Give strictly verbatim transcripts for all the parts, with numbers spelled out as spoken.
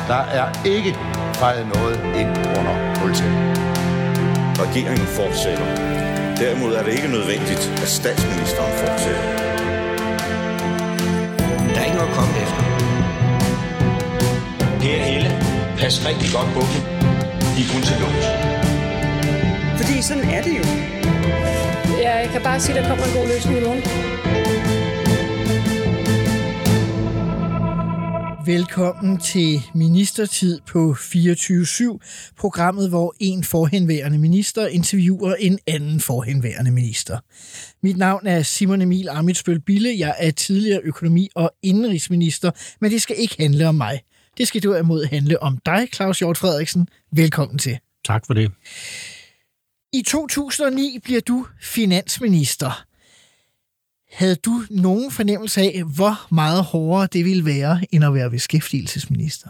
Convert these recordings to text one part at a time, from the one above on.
Der er ikke fejret noget ind under politiet. Regeringen fortsætter. Derimod er det ikke nødvendigt, at statsministeren fortsætter. Der er ikke noget at komme efter. Per Helle, pas rigtig godt på dem. De er kun til lås. Fordi sådan er det jo. Ja, jeg kan bare sige, at der kommer en god løsning i morgen. Velkommen til Ministertid på fireogtyve syv, programmet, hvor en forhenværende minister interviewer en anden forhenværende minister. Mit navn er Simon Emil Ammitzbøll Bille. Jeg er tidligere økonomi- og indenrigsminister, men det skal ikke handle om mig. Det skal derimod handle om dig, Claus Hjort Frederiksen. Velkommen til. Tak for det. I to tusind og ni bliver du finansminister. Havde du nogen fornemmelse af, hvor meget hårdere det ville være, end at være beskæftigelsesminister?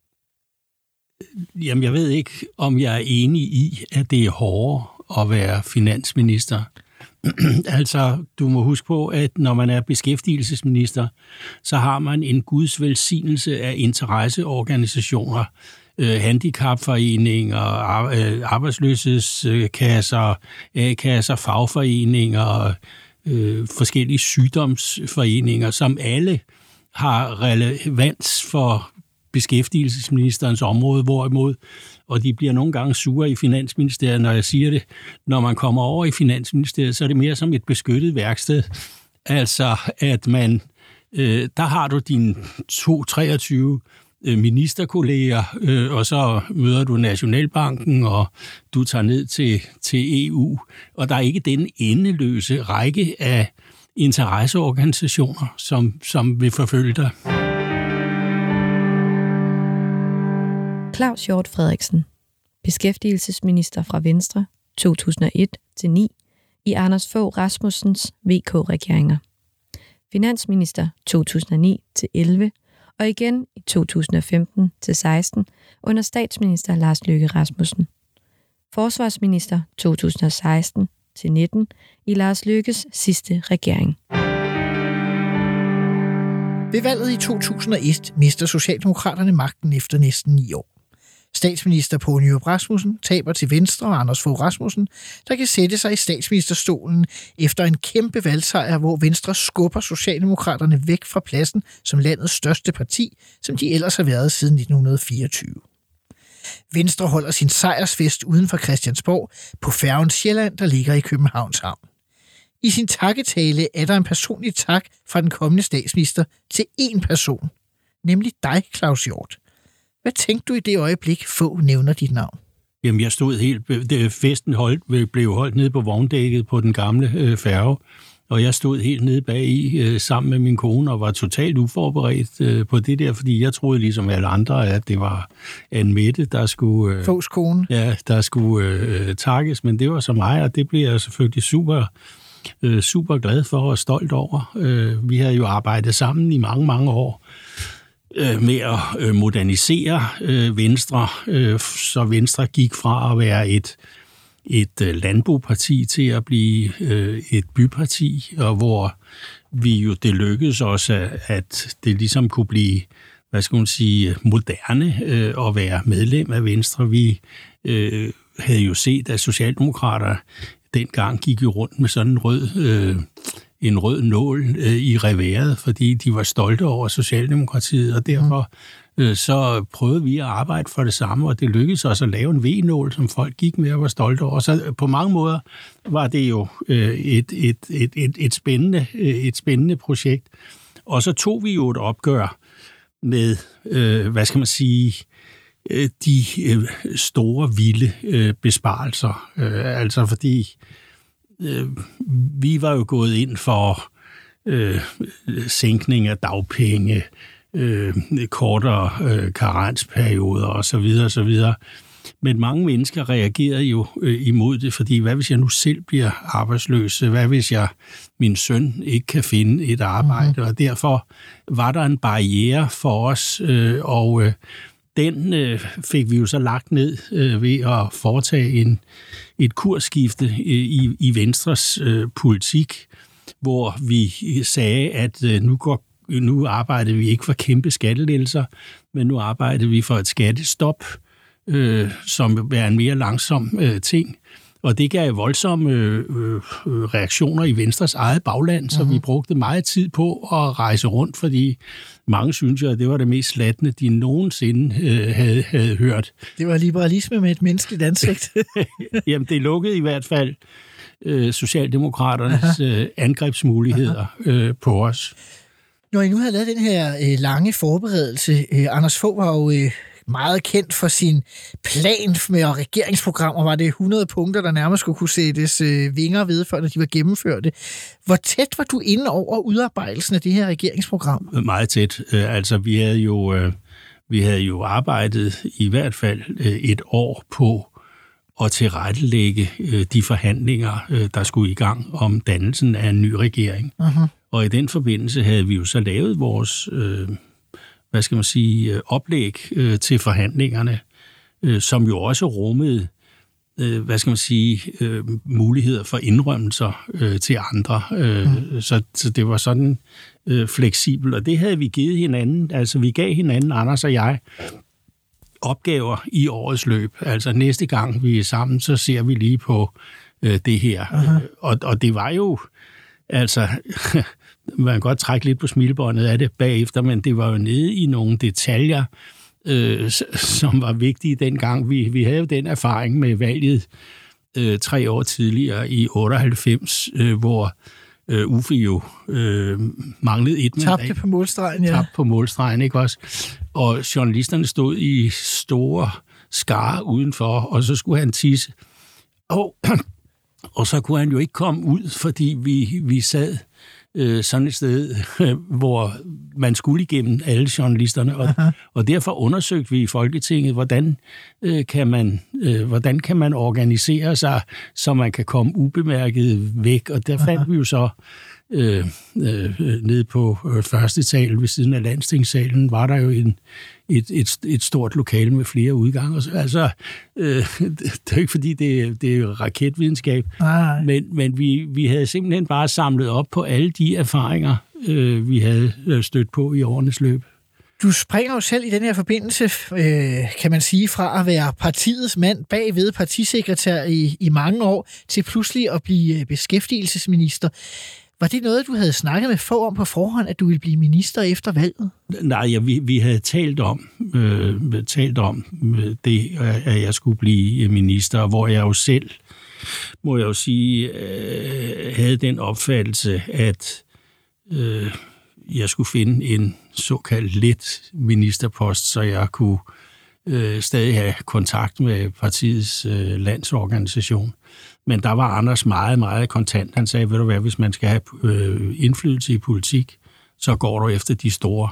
Jamen, jeg ved ikke, om jeg er enig i, at det er hårdere at være finansminister. Altså, du må huske på, at når man er beskæftigelsesminister, så har man en guds velsignelse af interesseorganisationer, øh, handicapforeninger, arbejdsløshedskasser, A-kasser, fagforeninger, Øh, forskellige sygdomsforeninger, som alle har relevans for beskæftigelsesministerens område, hvorimod, og de bliver nogle gange sure i Finansministeriet, når jeg siger det, når man kommer over i Finansministeriet, så er det mere som et beskyttet værksted. Altså, at man, øh, der har du dine to treogtyve ministerkolleger, øh, og så møder du Nationalbanken, og du tager ned til, til E U, og der er ikke den endeløse række af interesseorganisationer, som, som vil forfølge dig. Claus Hjort Frederiksen, beskæftigelsesminister fra Venstre to tusind og et til ni i Anders Fogh Rasmussens V K-regeringer. Finansminister to tusind og ni til elleve og igen i to tusind og femten til seksten under statsminister Lars Løkke Rasmussen. Forsvarsminister to tusind og seksten til nitten i Lars Løkkes sidste regering. Ved valget i to tusind og et mister Socialdemokraterne magten efter næsten ni år. Statsminister Poul Nyrup Rasmussen taber til Venstre og Anders Fogh Rasmussen, der kan sætte sig i statsministerstolen efter en kæmpe valgsejr, hvor Venstre skubber Socialdemokraterne væk fra pladsen som landets største parti, som de ellers har været siden nitten fireogtyve. Venstre holder sin sejrsfest uden for Christiansborg på færgen Sjælland, der ligger i Københavns Havn. I sin takketale er der en personlig tak fra den kommende statsminister til én person, nemlig dig, Claus Hjort. Hvad tænkte du i det øjeblik, Fogh nævner dit navn? Jamen, jeg stod helt... Festen holdt, blev holdt nede på vogndækket på den gamle øh, færge, og jeg stod helt nede bag i øh, sammen med min kone og var totalt uforberedt øh, på det der, fordi jeg troede ligesom alle andre, at det var Anne Mette, der skulle... Øh, Foghs kone. Ja, der skulle øh, takkes, men det var så mig, og det blev jeg selvfølgelig super... Øh, super glad for og stolt over. Øh, vi har jo arbejdet sammen i mange, mange år med at modernisere Venstre, så Venstre gik fra at være et, et landboparti til at blive et byparti, og hvor vi jo det lykkedes også, at det ligesom kunne blive, hvad skal man sige, moderne at være medlem af Venstre. Vi havde jo set, at socialdemokrater dengang gik jo rundt med sådan en rød en rød nål øh, i reværet, fordi de var stolte over Socialdemokratiet, og derfor øh, så prøvede vi at arbejde for det samme, og det lykkedes os at lave en V-nål, som folk gik med og var stolte over. Så på mange måder var det jo øh, et, et, et, et, et, spændende, et spændende projekt. Og så tog vi jo et opgør med, øh, hvad skal man sige, øh, de øh, store, vilde øh, besparelser. Øh, altså fordi vi var jo gået ind for øh, sænkning af dagpenge, øh, kortere øh, karensperioder osv. osv. Men mange mennesker reagerede jo øh, imod det, fordi hvad hvis jeg nu selv bliver arbejdsløs? Hvad hvis jeg, min søn ikke kan finde et arbejde? Mm-hmm. Og derfor var der en barriere for os, øh, og øh, den øh, fik vi jo så lagt ned øh, ved at foretage en, et kursskifte øh, i, i Venstres øh, politik, hvor vi sagde, at øh, nu går nu arbejdede vi ikke for kæmpe skattelettelser, men nu arbejdede vi for et skattestop, øh, som er en mere langsom øh, ting. Og det gav voldsomme øh, øh, reaktioner i Venstres eget bagland, så mm-hmm. vi brugte meget tid på at rejse rundt, fordi mange synes jo, at det var det mest slatne, de nogensinde øh, havde, havde hørt. Det var liberalisme med et menneskeligt ansigt. Jamen, det lukkede i hvert fald øh, Socialdemokraternes øh, angrebsmuligheder øh, på os. Når I nu havde lavet den her øh, lange forberedelse, øh, Anders Fogh var jo øh, meget kendt for sin plan med regeringsprogrammer. Var det hundrede punkter, der nærmest skulle kunne sættes øh, vinger ved, før de var gennemførte. Hvor tæt var du inde over udarbejdelsen af det her regeringsprogram? Meget tæt. Øh, altså, vi havde jo, øh, vi havde jo arbejdet i hvert fald øh, et år på at tilrettelægge øh, de forhandlinger, øh, der skulle i gang om dannelsen af en ny regering. Uh-huh. Og i den forbindelse havde vi jo så lavet vores, øh, hvad skal man sige, oplæg øh, til forhandlingerne, øh, som jo også rummede, øh, hvad skal man sige, øh, muligheder for indrømmelser øh, til andre. Øh, mm. så, så det var sådan øh, fleksibelt, og det havde vi givet hinanden. Altså vi gav hinanden, Anders og jeg, opgaver i årets løb. Altså næste gang vi er sammen, så ser vi lige på øh, det her. Uh-huh. Og, og det var jo, altså, man kan godt trække lidt på smilebåndet af det bagefter, men det var jo nede i nogle detaljer, øh, som var vigtige dengang. Vi, vi havde jo den erfaring med valget øh, tre år tidligere i otteoghalvfems, øh, hvor øh, Uffe jo øh, manglede et mandat. Tabte på målstregen, ja. Tabte på målstregen, ikke også? Og journalisterne stod i store skare udenfor, og så skulle han tisse. Og, og så kunne han jo ikke komme ud, fordi vi, vi sad øh, sådan et sted, øh, hvor man skulle igennem alle journalisterne. Og, og derfor undersøgte vi i Folketinget, hvordan, øh, kan man, øh, hvordan kan man organisere sig, så man kan komme ubemærket væk. Og der fandt vi jo så Øh, øh, nede på øh, første sal ved siden af landstingssalen, var der jo en, et, et, et stort lokale med flere udgange. Altså, øh, det er jo ikke fordi, det, det er raketvidenskab, ah. men, men vi, vi havde simpelthen bare samlet op på alle de erfaringer, øh, vi havde stødt på i årenes løb. Du springer jo selv i den her forbindelse, øh, kan man sige, fra at være partiets mand bagved partisekretær i, i mange år, til pludselig at blive beskæftigelsesminister. Var det noget, du havde snakket med Fogh om på forhånd, at du ville blive minister efter valget? Nej, ja, vi, vi havde talt om, øh, talt om det, at jeg skulle blive minister, hvor jeg jo selv, må jeg jo sige, øh, havde den opfattelse, at øh, jeg skulle finde en såkaldt let ministerpost, så jeg kunne øh, stadig have kontakt med partiets øh, landsorganisation. Men der var Anders meget, meget kontant. Han sagde, ved du hvad, hvis man skal have øh, indflydelse i politik, så går du efter de store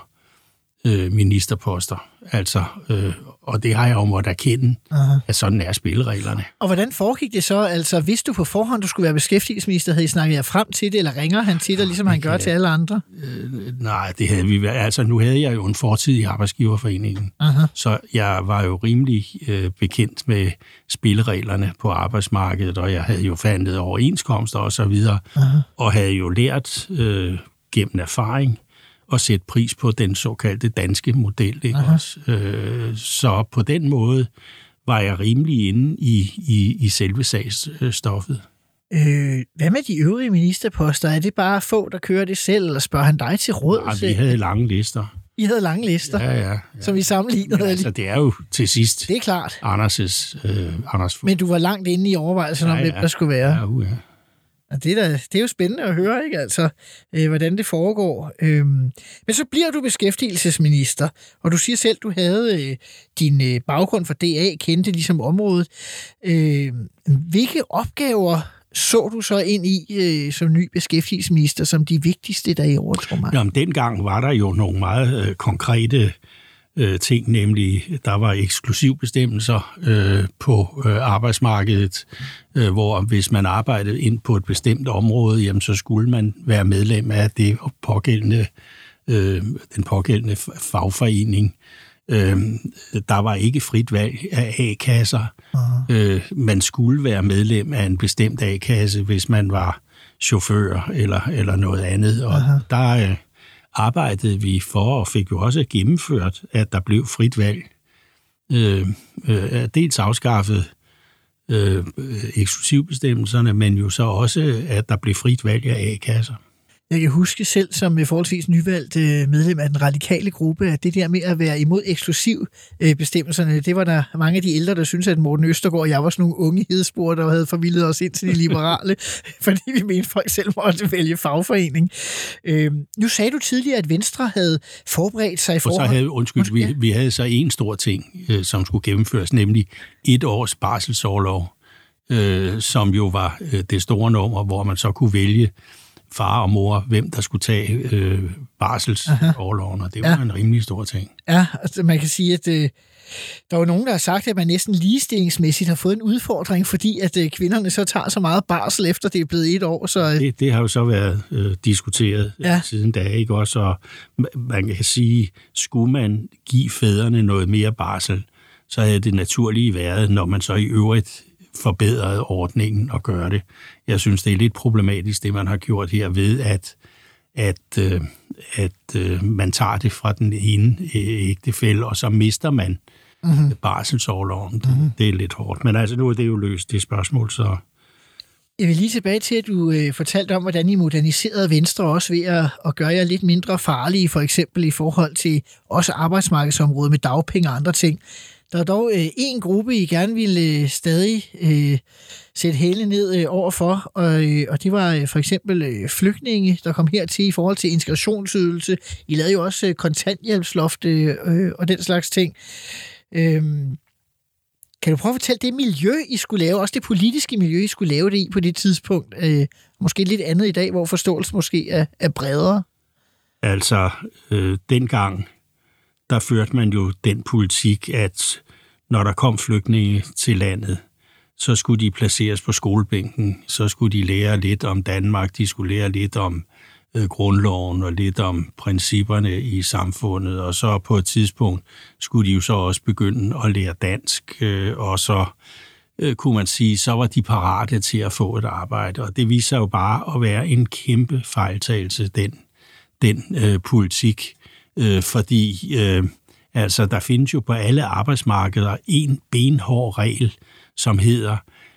øh, ministerposter. Altså, øh, og det har jeg jo måttet erkende, uh-huh. at sådan er spillereglerne. Og hvordan foregik det så? Altså, hvis du på forhånd, du skulle være beskæftigelsesminister, havde I snakket jer frem til det, eller ringer han til dig, ligesom han gør til alle andre? Øh, nej, det havde vi. Altså, nu havde jeg jo en fortid i Arbejdsgiverforeningen, uh-huh. så jeg var jo rimelig øh, bekendt med spillereglerne på arbejdsmarkedet, og jeg havde jo forhandlet overenskomster og så videre, uh-huh. og havde jo lært øh, gennem erfaring og sætte pris på den såkaldte danske model. Ikke også? Øh, så på den måde var jeg rimelig inde i, i, i selve sagsstoffet. Øh, hvad med de øvrige ministerposter? Er det bare få, der kører det selv, eller spørger han dig til råd? Nej, vi havde lange lister. I havde lange lister, ja, ja, ja. som I sammenlignede? Altså, det er jo til sidst det er klart. Anders' øh, Anders Fogh. Men du var langt inde i overvejelsen ja, om, hvem ja. der skulle være? Ja, uh, ja. Det er, da, det er jo spændende at høre, ikke? Altså, øh, hvordan det foregår. Øhm, men så bliver du beskæftigelsesminister, og du siger selv, du havde øh, din øh, baggrund for D A, kendte ligesom området. Øh, hvilke opgaver så du så ind i øh, som ny beskæftigelsesminister som de vigtigste, der I overtog mig? Jamen, dengang var der jo nogle meget øh, konkrete øh, ting, nemlig der var eksklusivbestemmelser øh, på øh, arbejdsmarkedet, øh, hvor hvis man arbejdede ind på et bestemt område, jamen, så skulle man være medlem af det pågældende, øh, den pågældende fagforening. Øh, der var ikke frit valg af A-kasser. Uh-huh. Øh, man skulle være medlem af en bestemt A-kasse, hvis man var chauffør eller, eller noget andet. Og uh-huh. der øh, arbejdede vi for, og fik jo også gennemført, at der blev frit valg. Øh, øh, dels afskaffet øh, eksklusivbestemmelserne, men jo så også, at der blev frit valg af A-kasser. Jeg kan huske selv som forholdsvis nyvalgt medlem af den radikale gruppe, at det der med at være imod eksklusivbestemmelserne, det var der mange af de ældre, der synes at Morten Østergaard og jeg var sådan nogle unge hedespor, der havde forvildet os ind til de liberale, fordi vi mente, folk selv måtte vælge fagforening. Øh, nu sagde du tidligere, at Venstre havde forberedt sig i forhold... Og så havde, undskyld, vi, vi havde så en stor ting, øh, som skulle gennemføres, nemlig et års barselsorlov, øh, som jo var øh, det store nummer, hvor man så kunne vælge far og mor, hvem der skulle tage øh, barselsorloven, og det var ja. en rimelig stor ting. Ja, altså man kan sige, at øh, der er jo nogen, der har sagt, at man næsten ligestillingsmæssigt har fået en udfordring, fordi at øh, kvinderne så tager så meget barsel, efter det er blevet et år. Så, øh. det, det har jo så været øh, diskuteret ja. øh, siden da, ikke også? Og man kan sige, skulle man give fædrene noget mere barsel, så havde det naturlige været, når man så i øvrigt forbedrede ordningen og gøre det. Jeg synes, det er lidt problematisk, det man har gjort her ved, at, at, øh, at øh, man tager det fra den ene ægtefælle, og så mister man mm-hmm. barselsorloven. Mm-hmm. Det er lidt hårdt. Men altså, nu er det jo løst, det spørgsmål, så... Jeg vil lige tilbage til, at du øh, fortalte om, hvordan I moderniserede Venstre også ved at, at gøre jer lidt mindre farlige, for eksempel i forhold til også arbejdsmarkedsområdet med dagpenge og andre ting. Der er dog øh, en gruppe, I gerne ville øh, stadig øh, sætte hælene ned øh, overfor, og, øh, og det var øh, for eksempel øh, flygtninge, der kom hertil i forhold til integrationsydelse. I lavede jo også øh, kontanthjælpsloft øh, øh, og den slags ting. Øh, kan du prøve at fortælle det miljø, I skulle lave, også det politiske miljø, I skulle lave det i på det tidspunkt? Øh, måske lidt andet i dag, hvor forståelsen måske er, er bredere? Altså, øh, dengang der førte man jo den politik, at når der kom flygtninge til landet, så skulle de placeres på skolebænken, så skulle de lære lidt om Danmark, de skulle lære lidt om øh, grundloven og lidt om principperne i samfundet, og så på et tidspunkt skulle de jo så også begynde at lære dansk, øh, og så øh, kunne man sige, så var de parate til at få et arbejde, og det viser jo bare at være en kæmpe fejltagelse, den, den øh, politik. Øh, fordi øh, altså, der findes jo på alle arbejdsmarkeder en benhård regel, som hedder,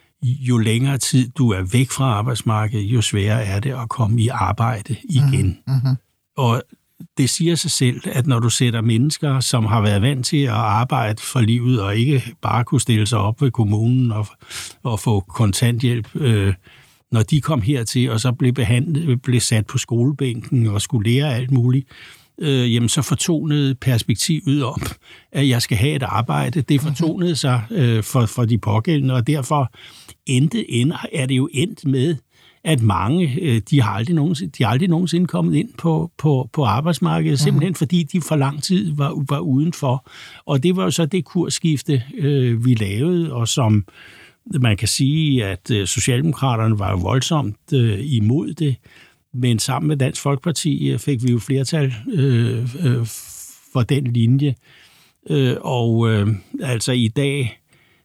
jo længere tid du er væk fra arbejdsmarkedet, jo sværere er det at komme i arbejde igen. Mm-hmm. Og det siger sig selv, at når du sætter mennesker, som har været vant til at arbejde for livet, og ikke bare kunne stille sig op ved kommunen og, og få kontanthjælp, øh, når de kom hertil, og så blev, behandlet, blev sat på skolebænken og skulle lære alt muligt, Øh, jamen så fortonede perspektivet om, at jeg skal have et arbejde. Det fortonede sig øh, for, for de pågældende, og derfor endte, ender, er det jo endt med, at mange, øh, de har aldrig nogensinde, de har aldrig nogensinde kommet ind på, på, på arbejdsmarkedet, simpelthen fordi de for lang tid var, var udenfor. Og det var jo så det kursskifte, øh, vi lavede, og som man kan sige, at øh, Socialdemokraterne var jo voldsomt øh, imod det. Men sammen med Dansk Folkeparti fik vi jo flertal øh, øh, for den linje. Øh, og øh, altså i dag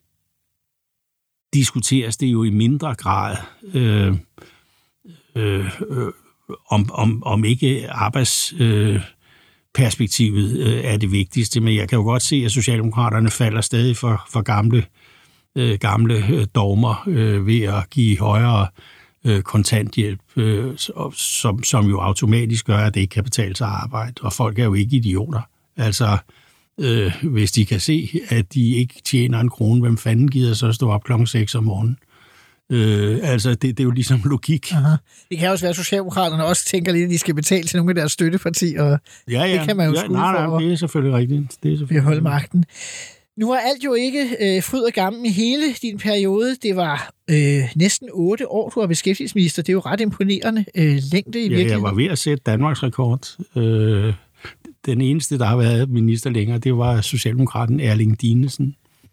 diskuteres det jo i mindre grad, øh, øh, øh, om, om, om ikke arbejdsperspektivet øh, er det vigtigste. Men jeg kan jo godt se, at Socialdemokraterne falder stadig for, for gamle, øh, gamle dogmer øh, ved at give højere kontanthjælp, øh, som, som jo automatisk gør, at det ikke kan betale sig at arbejde. Og folk er jo ikke idioter. Altså, øh, hvis de kan se, at de ikke tjener en krone, hvem fanden gider så stå op klokken seks om morgenen? Øh, altså, det, det er jo ligesom logik. Aha. Det kan også være, at Socialdemokraterne også tænker lidt, at de skal betale til nogle af deres støttepartier. Og ja, ja. Det kan man jo ja, skue nej, nej, for det er selvfølgelig rigtigt. Det er selvfølgelig at holde magten. Nu var alt jo ikke øh, fryd og gammel i hele din periode. Det var øh, næsten otte år, du var beskæftigelsesminister. Det er jo ret imponerende øh, længde i virkeligheden. Ja, jeg var ved at sætte Danmarks rekord. Øh, den eneste, der har været minister længere, det var Socialdemokraten Erling Dinesen.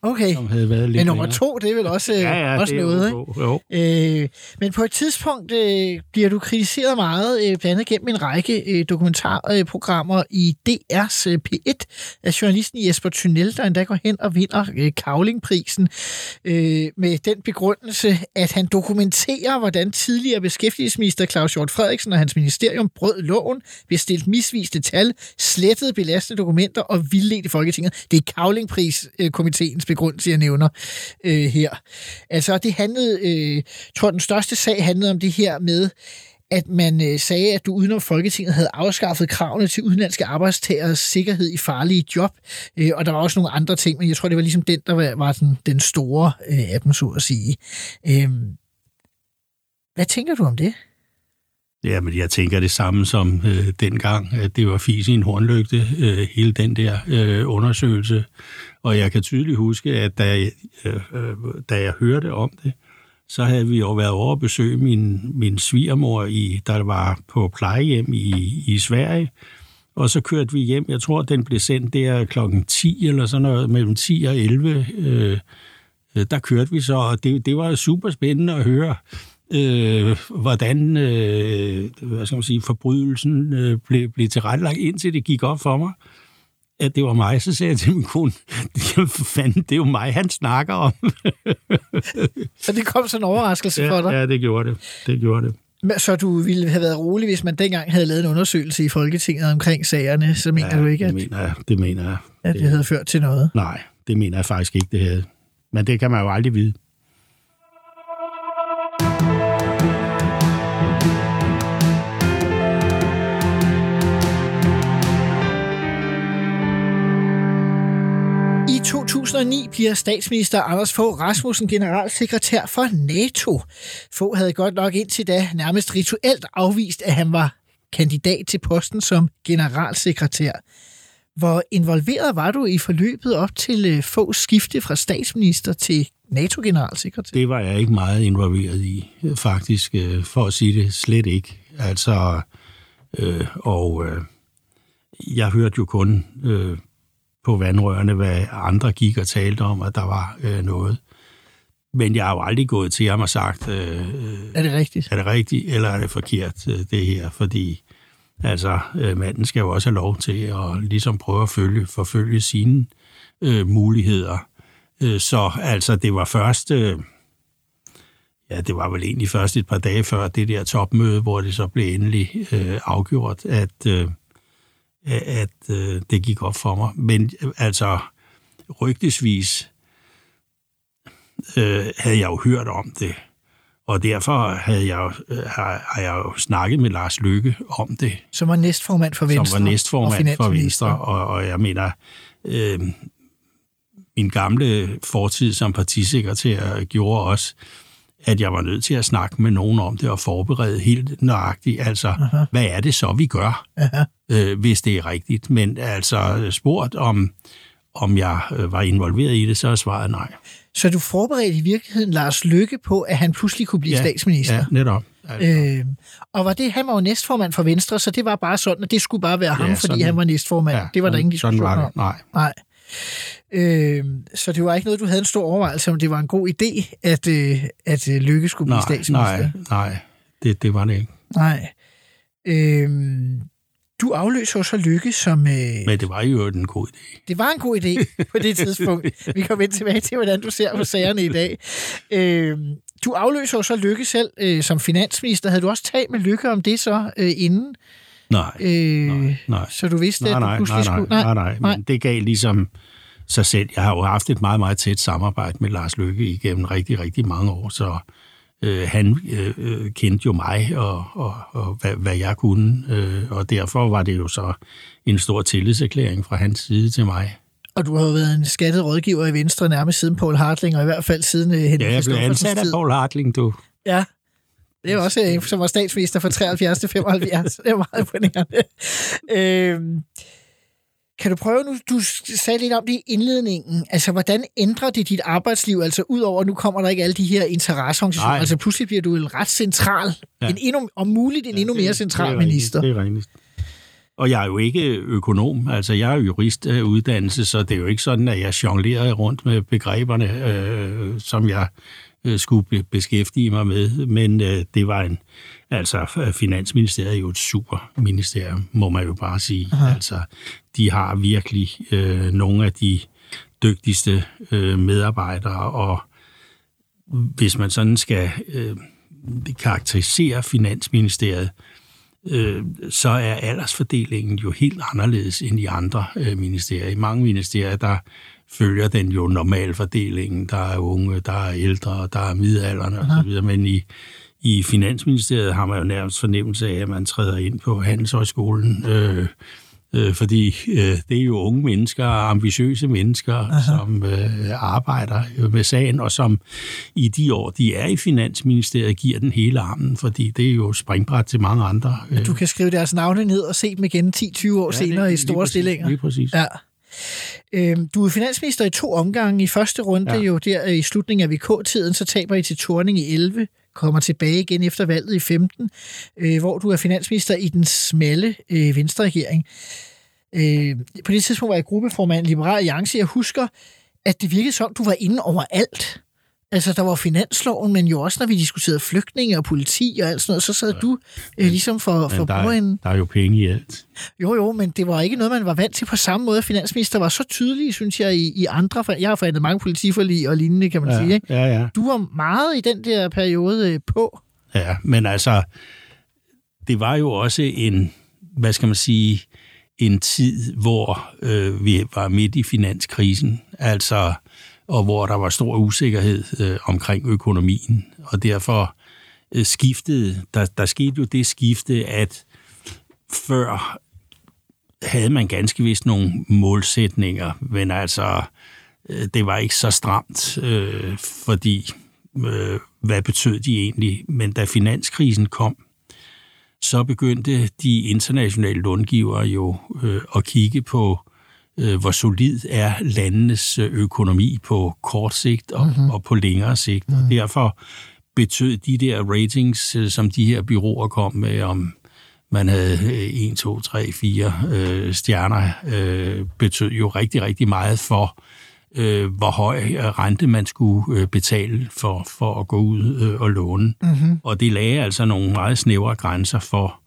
Okay. Som havde været lidt Men nummer længere. to, det er vel også, ja, ja, også det er noget, jo, ikke? Øh, men på et tidspunkt øh, bliver du kritiseret meget, øh, blandt andet gennem en række øh, dokumentarprogrammer i D R's øh, P et af journalisten Jesper Thunell, der endda går hen og vinder øh, Cavlingprisen øh, med den begrundelse, at han dokumenterer, hvordan tidligere beskæftigelsesminister Claus Hjort Frederiksen og hans ministerium brød loven, bestilt misviste tal, slettede belastende dokumenter og vildledte Folketinget. Det er Cavlingpris-komiteens begrundelse, jeg nævner øh, her. Altså, det handlede, øh, jeg tror, den største sag handlede om det her med, at man øh, sagde, at du udenom Folketinget havde afskaffet kravene til udenlandske arbejdstageres sikkerhed i farlige job, øh, og der var også nogle andre ting, men jeg tror, det var ligesom den, der var, var den, den store øh, af dem, så at sige. Øh, hvad tænker du om det? Jamen, jeg tænker det samme som øh, dengang, at det var fis i en hornlygte, øh, hele den der øh, undersøgelse. Og jeg kan tydeligt huske, at da jeg, øh, da jeg hørte om det, så havde vi jo været over at besøge min, min svigermor, i, der var på plejehjem i, i Sverige. Og så kørte vi hjem. Jeg tror, den blev sendt der klokken ti eller sådan noget, mellem ti og elleve. Øh, der kørte vi så, og det, det var super spændende at høre, Øh, hvordan øh, hvad skal man sige, forbrydelsen øh, blev, blev tilrettelagt, indtil det gik op for mig, at det var mig. Så sagde jeg til min kone, for fanden, det er jo mig, han snakker om. Så det kom sådan en overraskelse ja, for dig? Ja, det gjorde det. det gjorde det. Så du ville have været rolig, hvis man dengang havde lavet en undersøgelse i Folketinget omkring sagerne, så mener ja, du ikke, at det mener jeg, det mener jeg. at det, det havde ført til noget? Nej, det mener jeg faktisk ikke, det havde. Men det kan man jo aldrig vide. I to tusind og ni bliver statsminister Anders Fogh Rasmussen generalsekretær for NATO. Fogh havde godt nok indtil da nærmest rituelt afvist, at han var kandidat til posten som generalsekretær. Hvor involveret var du i forløbet op til Foghs skifte fra statsminister til NATO-generalsekretær? Det var jeg ikke meget involveret i, faktisk, for at sige det slet ikke. Altså, øh, og øh, jeg hørte jo kun øh, på vandrørene, hvad andre gik og talte om, at der var øh, noget. Men jeg har jo aldrig gået til ham og sagt, øh, er det rigtigt? Er det rigtigt, eller er det forkert, øh, det her? Fordi altså, øh, manden skal jo også have lov til at ligesom prøve at følge, forfølge sine øh, muligheder. Øh, så altså, det var først, øh, ja, det var vel egentlig først et par dage før det der topmøde, hvor det så blev endelig øh, afgjort, at øh, at øh, det gik op for mig. Men øh, altså, rygtesvis øh, havde jeg jo hørt om det, og derfor havde jeg, øh, har, har jeg jo snakket med Lars Løkke om det. Som var næstformand for Venstre. Som var næstformand for Venstre, og, og jeg mener, øh, min gamle fortid som partisekretær gjorde også, at jeg var nødt til at snakke med nogen om det og forberede helt nøjagtigt. Altså, aha, hvad er det så, vi gør, øh, hvis det er rigtigt? Men altså, spurgt om, om jeg var involveret i det, så er svaret nej. Så du forberedte i virkeligheden Lars Løkke på, at han pludselig kunne blive ja, statsminister? Ja, netop. Altså. Øh, og var det, han var jo næstformand for Venstre, så det var bare sådan, at det skulle bare være ham, ja, fordi han var næstformand. Ja, det var sådan, der ingen diskussion sådan var om. det. Nej. Nej. Øh, så det var ikke noget, du havde en stor overvejelse om, det var en god idé, at, øh, at Løkke skulle blive nej, statsminister? Nej, nej, det, det var det ikke. Nej. Øh, du afløser så Løkke som... Øh, Men det var jo en god idé. Det var en god idé på det tidspunkt. Vi kommer ind tilbage til, hvordan du ser på sagerne i dag. Øh, du afløser så Løkke selv øh, som finansminister. Havde du også talt med Løkke om det så øh, inden? Nej, øh, nej, nej. Så du vidste, nej, at du nej, pludselig nej, skulle... Nej, nej, nej, nej. Men det gav ligesom sig selv. Jeg har jo haft et meget, meget tæt samarbejde med Lars Løkke igennem rigtig, rigtig mange år, så øh, han øh, kendte jo mig og, og, og hvad, hvad jeg kunne, øh, og derfor var det jo så en stor tillidserklæring fra hans side til mig. Og du har jo været en skattet rådgiver i Venstre nærmest siden Poul Hartling, og i hvert fald siden uh, Henrik Ja, jeg blev ansat af Poul Hartling, du. Ja, det er også en, som var statsminister fra treoghalvfjerds til femoghalvfjerds. Det er meget imponerende. Øhm, kan du prøve nu, du sagde lidt om det i indledningen, altså hvordan ændrer det dit arbejdsliv, altså udover nu kommer der ikke alle de her interesseorganisationer, Nej. altså pludselig bliver du en ret central, ja. en endnu, om muligt en ja, endnu mere central det minister. Det er rigtigt. Og jeg er jo ikke økonom, altså jeg er juristuddannelse, så det er jo ikke sådan, at jeg jonglerer rundt med begreberne, øh, som jeg øh, skulle beskæftige mig med. Men øh, det var en, altså Finansministeriet er jo et superministerium, må man jo bare sige. Aha. Altså, de har virkelig øh, nogle af de dygtigste øh, medarbejdere, og hvis man sådan skal øh, karakterisere Finansministeriet, øh, så er aldersfordelingen jo helt anderledes end i andre øh, ministerier. I mange ministerier, der følger den jo normalfordelingen. Der er unge, der er ældre, der er midaldrende osv., men i, i Finansministeriet har man jo nærmest fornemmelse af, at man træder ind på Handelshøjskolen, øh, øh, fordi øh, det er jo unge mennesker, ambitiøse mennesker, aha, som øh, arbejder med sagen, og som i de år, de er i Finansministeriet, giver den hele armen, fordi det er jo springbræt til mange andre. Øh. Du kan skrive deres navne ned og se dem igen ti til tyve år ja, senere det, i store præcis, stillinger. Lige præcis. Ja. Du er finansminister i to omgange. I første runde, ja, jo der i slutningen af V K-tiden, så taber I til Thorning i elleve, kommer tilbage igen efter valget i femten, øh, hvor du er finansminister i den smalle øh, Venstre-regering. Øh, på det tidspunkt var jeg gruppeformand i Liberal Alliance. Jeg husker, at det virkede som, du var inde overalt. Altså, der var finansloven, men jo også, når vi diskuterede flygtninge og politi og alt sådan noget, så sad ja. du øh, ligesom for, for bordenden. Der er jo penge i alt. Jo, jo, men det var ikke noget, man var vant til på samme måde. Finansminister var så tydelig, synes jeg, i, i andre. Jeg har forhandlet mange politiforlig og lignende, kan man ja, sige. Ikke? Ja, ja. Du var meget i den der periode øh, på. Ja, men altså, det var jo også en, hvad skal man sige, en tid, hvor øh, vi var midt i finanskrisen, altså, og hvor der var stor usikkerhed øh, omkring økonomien, og derfor øh, skiftede, der, der skete jo det skifte, at før havde man ganske vist nogle målsætninger, men altså, øh, det var ikke så stramt, øh, fordi, øh, hvad betød de egentlig? Men da finanskrisen kom, så begyndte de internationale långivere jo øh, at kigge på, øh, hvor solid er landenes økonomi på kort sigt og, mm-hmm. og på længere sigt. Mm. Og derfor betød de der ratings, øh, som de her bureauer kom med, om man havde en, to, tre, fire øh, stjerner, øh, betød jo rigtig, rigtig meget for, øh, hvor høj rente man skulle øh, betale for, for at gå ud øh, og låne. Mm-hmm. Og det lagde altså nogle meget snævre grænser for,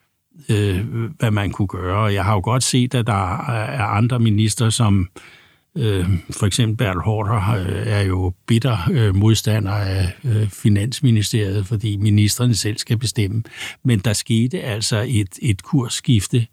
øh, hvad man kunne gøre. Og jeg har jo godt set, at der er andre minister, som øh, for eksempel Bertel Haarder øh, er jo bitter øh, modstander af øh, Finansministeriet, fordi ministrene selv skal bestemme. Men der skete altså et, et kursskifte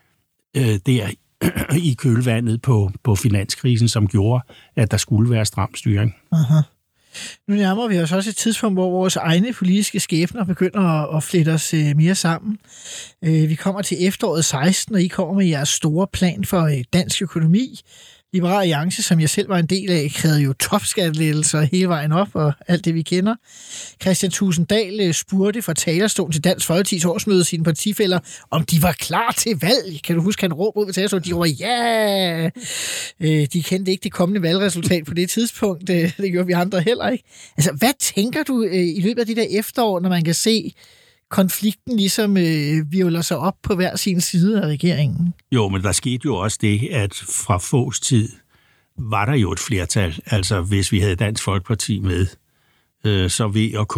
øh, der i kølvandet på, på finanskrisen, som gjorde, at der skulle være stram styring. Aha. Nu nærmer vi os også et tidspunkt, hvor vores egne politiske skæbner begynder at, at flette os mere sammen. Vi kommer til efteråret seksten, og I kommer med jeres store plan for dansk økonomi. Liberal Alliance, som jeg selv var en del af, krævede jo topskattelettelser hele vejen op, og alt det, vi kender. Kristian Thulesen Dahl spurgte fra talerstolen til Dansk Folkepartis årsmøde sine partifæller, om de var klar til valg. Kan du huske, han råbte ud ved talerstolen? De råbte, ja! De kendte ikke det kommende valgresultat på det tidspunkt. Det gjorde vi andre heller ikke. Altså, hvad tænker du i løbet af de der efterår, når man kan se konflikten ligesom øh, virvler sig op på hver sin side af regeringen? Jo, men der skete jo også det, at fra Foghs tid var der jo et flertal. Altså, hvis vi havde Dansk Folkeparti med, øh, så V og K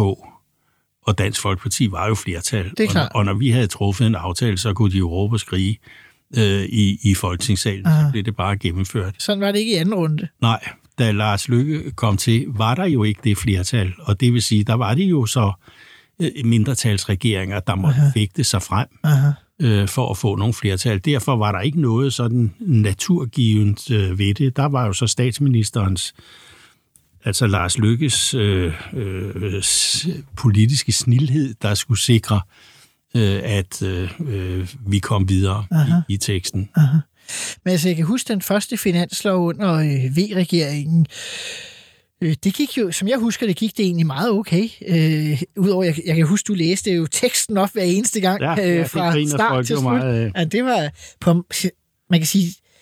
og Dansk Folkeparti var jo flertal. Det er klart. Og, og når vi havde truffet en aftale, så kunne de jo råbe og skrige øh, i, i Folketingssalen. Aha. Så blev det bare gennemført. Sådan var det ikke i anden runde? Nej, da Lars Løkke kom til, var der jo ikke det flertal. Og det vil sige, der var det jo så mindretalsregeringer, der måtte fægte sig frem øh, for at få nogle flertal. Derfor var der ikke noget sådan naturgivent øh, ved det. Der var jo så statsministerens, altså Lars Løkkes øh, øh, politiske snildhed, der skulle sikre, øh, at øh, vi kom videre i, i teksten. Aha. Men altså, jeg kan huske den første finanslov under øh, V-regeringen. Det gik jo, som jeg husker, det gik det egentlig meget okay. Øh, Udover, jeg, jeg kan huske, du læste jo teksten op hver eneste gang, ja, ja, øh, fra start til slut. Ja, det var på, man kan sige,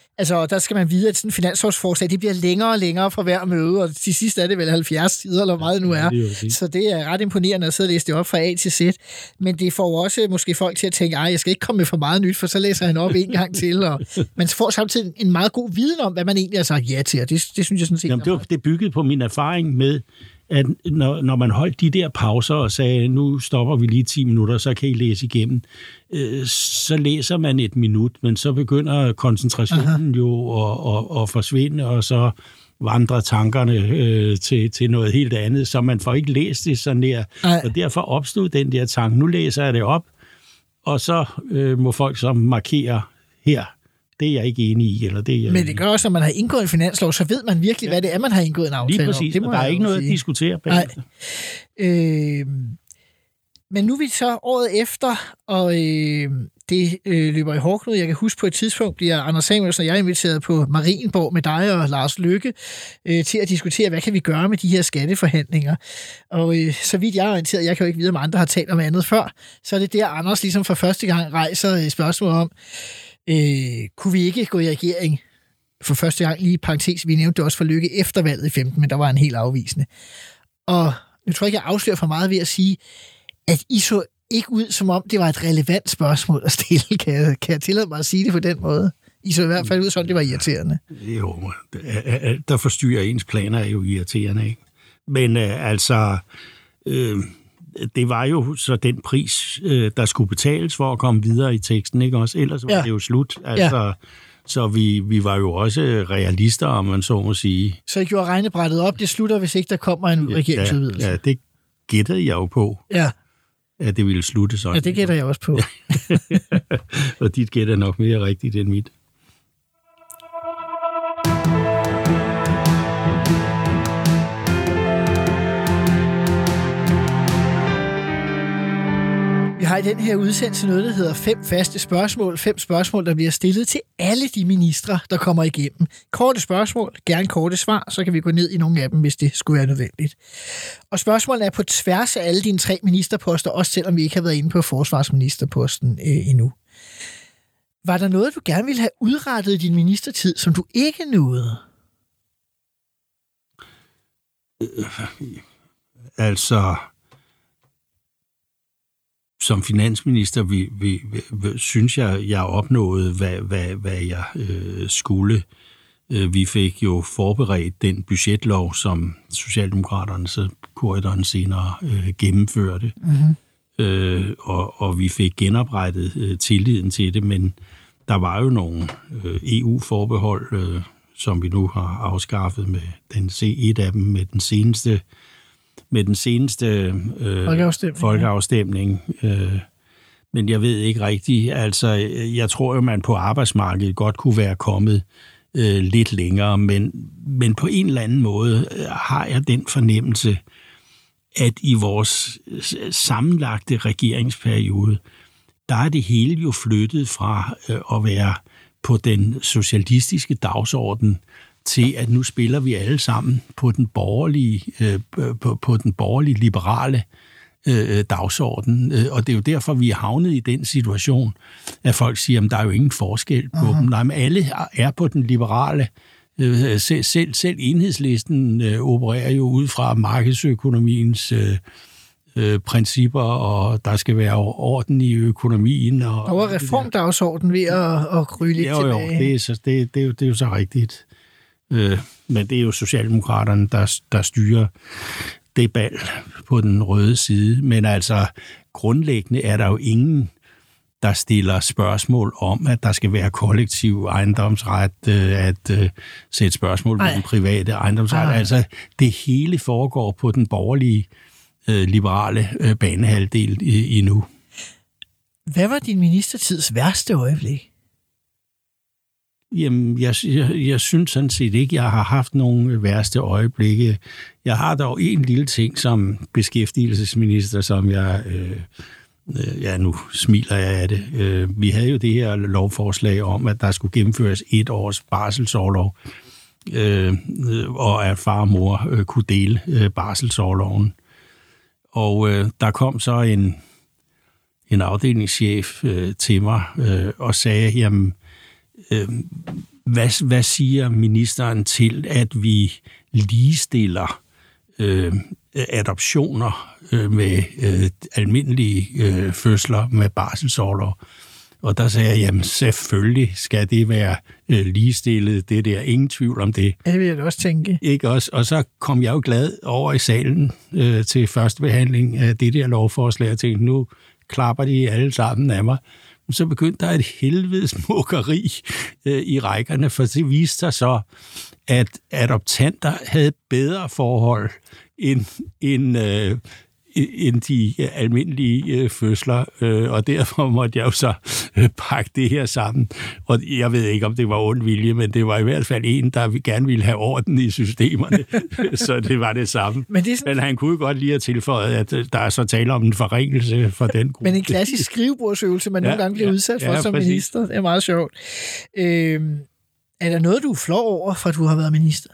Altså, der skal man vide, at sådan en finanslovsforslag, det bliver længere og længere fra hver møde, og til sidst er det vel halvfjerds sider, eller hvor meget det nu er. Ja, det er så det er ret imponerende at sidde og læse det op fra A til Z. Men det får også måske folk til at tænke, ej, jeg skal ikke komme med for meget nyt, for så læser han op en gang til. Og man får samtidig en meget god viden om, hvad man egentlig har sagt ja til, og det, det synes jeg sådan set... Jamen, det, var, det byggede på min erfaring med, at når, når man holdt de der pauser og sagde, nu stopper vi lige ti minutter, så kan I læse igennem, øh, så læser man et minut, men så begynder koncentrationen Aha. jo at, at, at forsvinde, og så vandrer tankerne øh, til, til noget helt andet, så man får ikke læst det sådan der. Ej. Og derfor opstod den der tanke, nu læser jeg det op, og så øh, må folk så markere her, det er jeg ikke enig i, eller det er jeg Men det gør også, når man har indgået en finanslov, så ved man virkelig, ja. hvad det er, man har indgået en aftale om. Lige præcis, det og der er ikke noget sige. at diskutere bagefter. Øh, men nu er vi så året efter, og øh, det øh, løber i hårdknud. Jeg kan huske på et tidspunkt, bliver Anders Samuelsen og jeg inviteret på Marienborg med dig og Lars Løkke øh, til at diskutere, hvad kan vi gøre med de her skatteforhandlinger. Og øh, så vidt jeg er orienteret, jeg kan jo ikke vide, om andre har talt om andet før, så er det der, Anders ligesom for første gang rejser et spørgsmål om, Øh, kunne vi ikke gå i regering for første gang, lige i parentes, vi nævnte det også for Løkke efter valget i femten, men der var en helt afvisende. Og nu tror jeg ikke, jeg afslører for meget ved at sige, at I så ikke ud, som om det var et relevant spørgsmål at stille. Kan jeg, kan jeg tillade mig at sige det på den måde? I så i hvert fald ud, som det var irriterende. Jo, der forstyrrer ens planer er jo irriterende, ikke? Men øh, altså... Øh, det var jo så den pris, der skulle betales for at komme videre i teksten, ikke også? Ellers var ja. det jo slut. Altså, ja. Så vi, vi var jo også realister, om man så må sige. Så I gjorde regnebrættet op, det slutter, hvis ikke der kommer en ja, regeringsudvidelse? Ja, det gættede jeg jo på, ja. at det ville slutte sådan. Ja, det gætter jeg også på. Og dit gætter nok mere rigtigt end mit. Vi har i den her udsendelse noget, der hedder fem faste spørgsmål. Fem spørgsmål, der bliver stillet til alle de ministre, der kommer igennem. Korte spørgsmål, gerne korte svar, så kan vi gå ned i nogle af dem, hvis det skulle være nødvendigt. Og spørgsmålene er på tværs af alle dine tre ministerposter, også selvom vi ikke har været inde på forsvarsministerposten øh, endnu. Var der noget, du gerne ville have udrettet i din ministertid, som du ikke nåede? Øh, altså... Som finansminister vi, vi, vi, synes jeg, jeg opnåede, hvad, hvad, hvad jeg øh, skulle. Vi fik jo forberedt den budgetlov, som Socialdemokraterne så korridoren senere øh, gennemførte. Mm-hmm. Øh, og, og vi fik genoprettet øh, tilliden til det, men der var jo nogle øh, E U-forbehold, øh, som vi nu har afskaffet med den et af dem med den seneste med den seneste øh, folkeafstemning. folkeafstemning. Øh, men jeg ved ikke rigtigt. Altså, jeg tror jo, man på arbejdsmarkedet godt kunne være kommet øh, lidt længere, men, men på en eller anden måde øh, har jeg den fornemmelse, at i vores sammenlagte regeringsperiode, der er det hele jo flyttet fra øh, at være på den socialistiske dagsorden til, at nu spiller vi alle sammen på den borgerlige, øh, på, på den borgerlige liberale øh, dagsorden. Og det er jo derfor, vi er havnet i den situation, at folk siger, at der er jo ingen forskel på uh-huh. dem. Nej, men alle er på den liberale. Øh, selv, selv, selv Enhedslisten øh, opererer jo ud fra markedsøkonomiens øh, øh, principper, og der skal være orden i økonomien. Og, og var reformdagsorden ved at, at kryge lidt jo, tilbage. Jo, det er, så, det, det, er jo, det er jo så rigtigt. Øh, men det er jo Socialdemokraterne, der, der styrer det bal på den røde side. Men altså, grundlæggende er der jo ingen, der stiller spørgsmål om, at der skal være kollektiv ejendomsret, øh, at øh, sætte spørgsmål om den private ejendomsret. Ej. Altså, det hele foregår på den borgerlige, øh, liberale øh, banehalvdel i, i nu. Hvad var din ministertids værste øjeblik? Jamen, jeg, jeg, jeg synes sådan set ikke, jeg har haft nogle værste øjeblikke. Jeg har dog en lille ting som beskæftigelsesminister, som jeg... Øh, øh, ja, nu smiler jeg af det. Øh, vi havde jo det her lovforslag om, at der skulle gennemføres et års barselsorlov, øh, og at far og mor øh, kunne dele øh, barselsorloven. Og øh, der kom så en, en afdelingschef øh, til mig øh, og sagde, jamen, Øh, hvad, hvad siger ministeren til, at vi ligestiller øh, adoptioner øh, med øh, almindelige øh, fødsler med barselsorlov? Og der sagde jeg, jamen selvfølgelig skal det være øh, ligestillet, det der, ingen tvivl om det. Det vil jeg også tænke. Ikke også? Og så kom jeg jo glad over i salen øh, til første behandling af det der lovforslag, og tænkte, nu klapper de alle sammen af mig. Men så begyndte der et helvedes mukkeri øh, i rækkerne, for det viste sig så, at adoptanter havde bedre forhold end, end øh, end de almindelige øh, fødsler, øh, og derfor måtte jeg jo så øh, pakke det her sammen. Og jeg ved ikke, om det var ond vilje, men det var i hvert fald en, der gerne ville have orden i systemerne, så det var det samme. Men, det sådan... men han kunne godt lige have tilføjet, at der er så tale om en forringelse for den gruppe. Men en klassisk skrivebordsøvelse, man ja, nogle gange bliver ja, udsat for ja, som præcis. Minister. Det er meget sjovt. Øh, er der noget, du er flov over, for at du har været minister?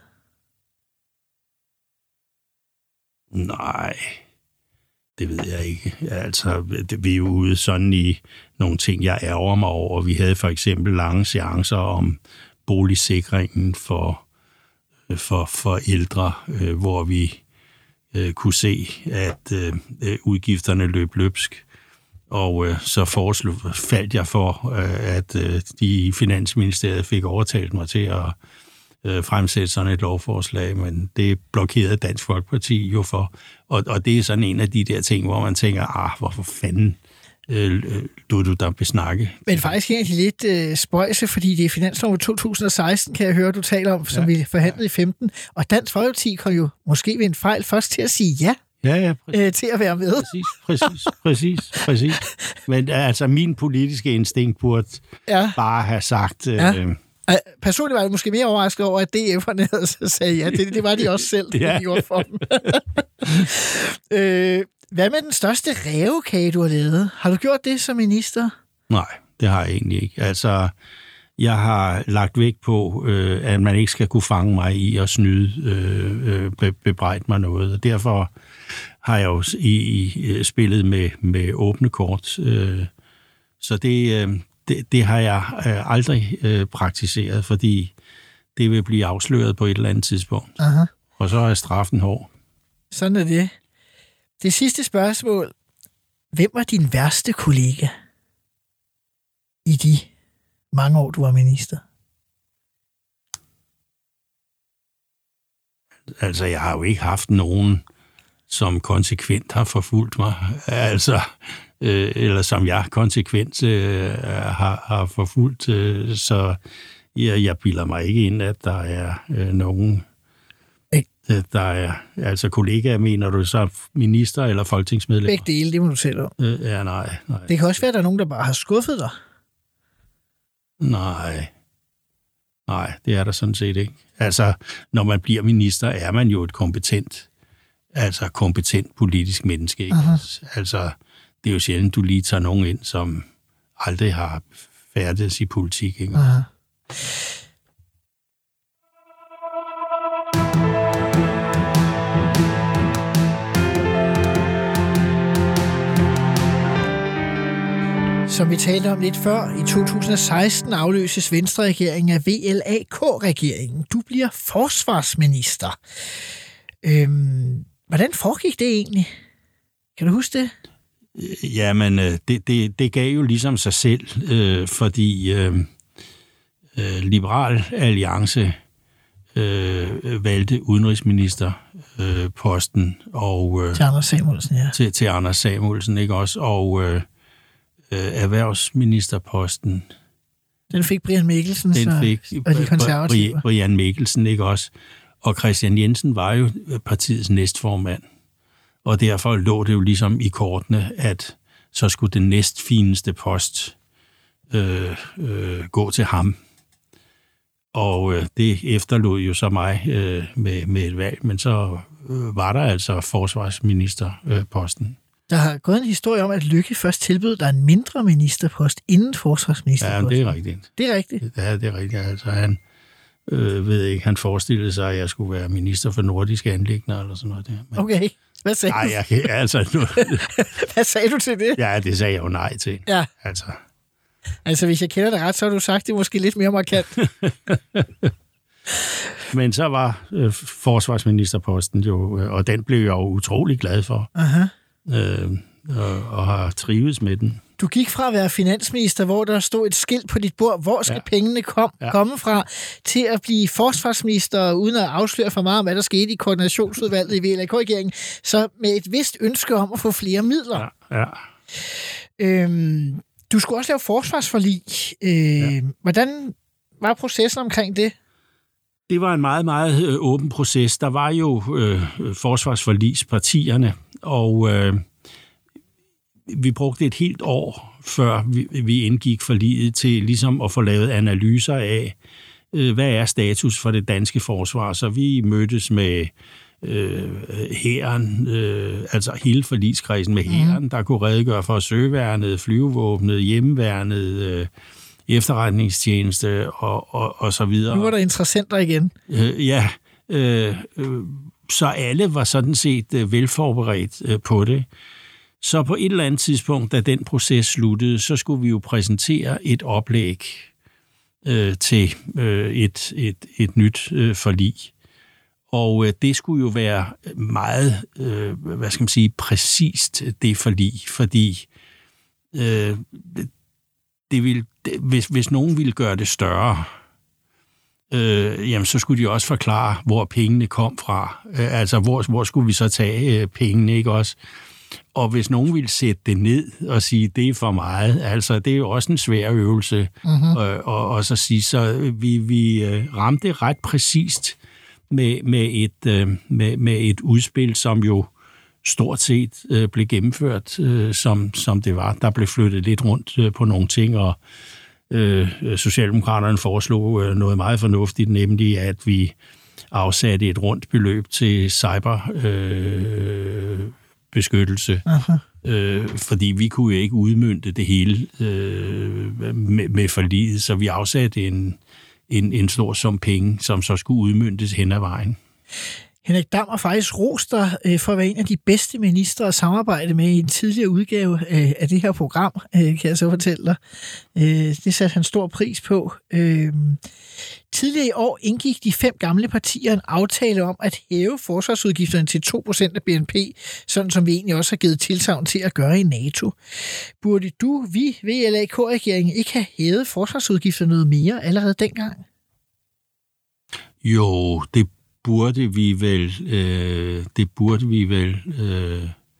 Nej... Det ved jeg ikke. Altså, det, vi er jo ude sådan i nogle ting, jeg ærger mig over. Vi havde for eksempel lange seancer om boligsikringen for, for, for ældre, øh, hvor vi øh, kunne se, at øh, udgifterne løb løbsk. Og øh, så foreslog, faldt jeg for, øh, at øh, de i Finansministeriet fik overtalt mig til at fremsætte sådan et lovforslag, men det blokerede Dansk Folkeparti jo for. Og, og det er sådan en af de der ting, hvor man tænker, ah, hvorfor fanden øh, du du der besnakke? Men faktisk er det lidt øh, spøjse, fordi det er finanslov to tusind og seksten, kan jeg høre, du taler om, som ja, vi forhandlede ja. i femten, og Dansk Folkeparti kom jo måske ved en fejl først til at sige ja. Ja, ja, øh, til at være med. Præcis, præcis, præcis, præcis. Men altså, min politiske instinkt burde ja. bare have sagt... Øh, ja. Personligt var jeg måske mere overrasket over, at D F'erne havde sagt ja. Det, det var de også selv, ja. de gjorde for dem. øh, hvad med den største rævekage, du har lavet? Har du gjort det som minister? Nej, det har jeg egentlig ikke. Altså, jeg har lagt vægt på, øh, at man ikke skal kunne fange mig i at snyde, øh, be, bebrejde mig noget. Og derfor har jeg jo i, i spillet med, med åbne kort. Øh, så det... Øh, Det, det har jeg øh, aldrig øh, praktiseret, fordi det vil blive afsløret på et eller andet tidspunkt. Aha. Og så er straffen hård. Sådan er det. Det sidste spørgsmål. Hvem var din værste kollega i de mange år, du var minister? Altså, jeg har jo ikke haft nogen, som konsekvent har forfulgt mig. Altså... Øh, eller som jeg konsekvent øh, har, har forfulgt, øh, så jeg, jeg bilder mig ikke ind, at der er øh, nogen, øh, der er, altså kollegaer, mener du så minister eller folketingsmedlemmer? Begge dele, det må du selv om. Øh, ja, nej, nej. Det kan også være, at der er nogen, der bare har skuffet dig. Nej, nej, det er der sådan set ikke. Altså, når man bliver minister, er man jo et kompetent, altså kompetent politisk menneske, ikke? Altså, det er jo sjældent, du lige tager nogen ind, som aldrig har færdedes i politik. Ikke? Aha. Som vi talte om lidt før, i to tusind og seksten afløses Venstre-regeringen af V L A K-regeringen. Du bliver forsvarsminister. Øhm, hvordan foregik det egentlig? Kan du huske det? Jamen, det, det, det gav jo ligesom sig selv, øh, fordi øh, øh, Liberal Alliance øh, valgte udenrigsministerposten øh, og øh, til Anders Samuelsen, ja. Til, til Anders Samuelsen, ikke også? Og øh, øh, erhvervsministerposten. Den fik Brian Mikkelsen den fik, så, og de konservative. Brian Mikkelsen, ikke også? Og Christian Jensen var jo partiets næstformand. Og derfor lå det jo ligesom i kortene, at så skulle den næstfineste post øh, øh, gå til ham. Og øh, det efterlod jo så mig øh, med, med et valg, men så øh, var der altså forsvarsministerposten. Øh, der har gået en historie om, at Lykke først tilbød dig en mindre ministerpost inden forsvarsministerposten. Ja, det er rigtigt. Det er rigtigt? Ja, det er rigtigt. Altså han... Øh, ved ikke, han forestillede sig, at jeg skulle være minister for nordiske anliggender eller sådan noget der. Men... Okay, hvad sagde nej, jeg, altså, nu... Hvad sagde du til det? Ja, det sagde jeg jo nej til. Ja. Altså, Altså, hvis jeg kender det ret, så har du sagt det måske lidt mere markant. Men så var øh, forsvarsministerposten jo, øh, og den blev jeg jo utrolig glad for. Aha. Øh, og, og har trives med den. Du gik fra at være finansminister, hvor der stod et skilt på dit bord, hvor skal ja. pengene kom, ja. komme fra, til at blive forsvarsminister, uden at afsløre for meget om, hvad der skete i koordinationsudvalget i V L A K-regeringen, så med et vist ønske om at få flere midler. Ja. Ja. Øhm, du skulle også lave forsvarsforlig. Øh, ja. Hvordan var processen omkring det? Det var en meget, meget øh, åben proces. Der var jo øh, forsvarsforligspartierne, og øh, vi brugte et helt år, før vi, vi indgik forliget, til ligesom at få lavet analyser af, øh, hvad er status for det danske forsvar. Så vi mødtes med øh, hæren, øh, altså hele forligskredsen med hæren, mm. der kunne redegøre for søværnet, flyvevåbnet, hjemmeværnet, øh, efterretningstjeneste og, og, og så videre. Nu var der interessenter igen. Øh, ja, øh, øh, så alle var sådan set øh, velforberedt øh, på det. Så på et eller andet tidspunkt, da den proces sluttede, så skulle vi jo præsentere et oplæg øh, til øh, et, et, et nyt øh, forlig. Og øh, det skulle jo være meget, øh, hvad skal man sige, præcist det forlig, fordi øh, det ville, hvis, hvis nogen ville gøre det større, øh, jamen så skulle de også forklare, hvor pengene kom fra. Øh, altså, hvor, hvor skulle vi så tage øh, pengene, ikke også? Og hvis nogen ville sætte det ned og sige, det er for meget, altså det er jo også en svær øvelse. Mm-hmm. Øh, og, og så sige, så vi, vi ramte ret præcist med, med, et, øh, med, med et udspil, som jo stort set øh, blev gennemført, øh, som, som det var. Der blev flyttet lidt rundt øh, på nogle ting, og øh, Socialdemokraterne foreslog øh, noget meget fornuftigt, nemlig at vi afsatte et rundt beløb til cyber øh, beskyttelse, øh, fordi vi kunne jo ikke udmønte det hele øh, med, med forliget, så vi afsatte en, en, en stor sum penge, som så skulle udmøntes hen ad vejen. Henrik Dam har faktisk rost dig øh, for at være en af de bedste ministre at samarbejde med i en tidligere udgave øh, af det her program, øh, kan jeg så fortælle dig. Øh, det satte han stor pris på. Øh, tidligere i år indgik de fem gamle partier en aftale om at hæve forsvarsudgifterne til to procent af B N P, sådan som vi egentlig også har givet tilsagn til at gøre i NATO. Burde du, vi, V L A K-regeringen, ikke have hævet forsvarsudgifterne noget mere allerede dengang? Jo, det burde vi vel, øh, det burde vi vel, øh,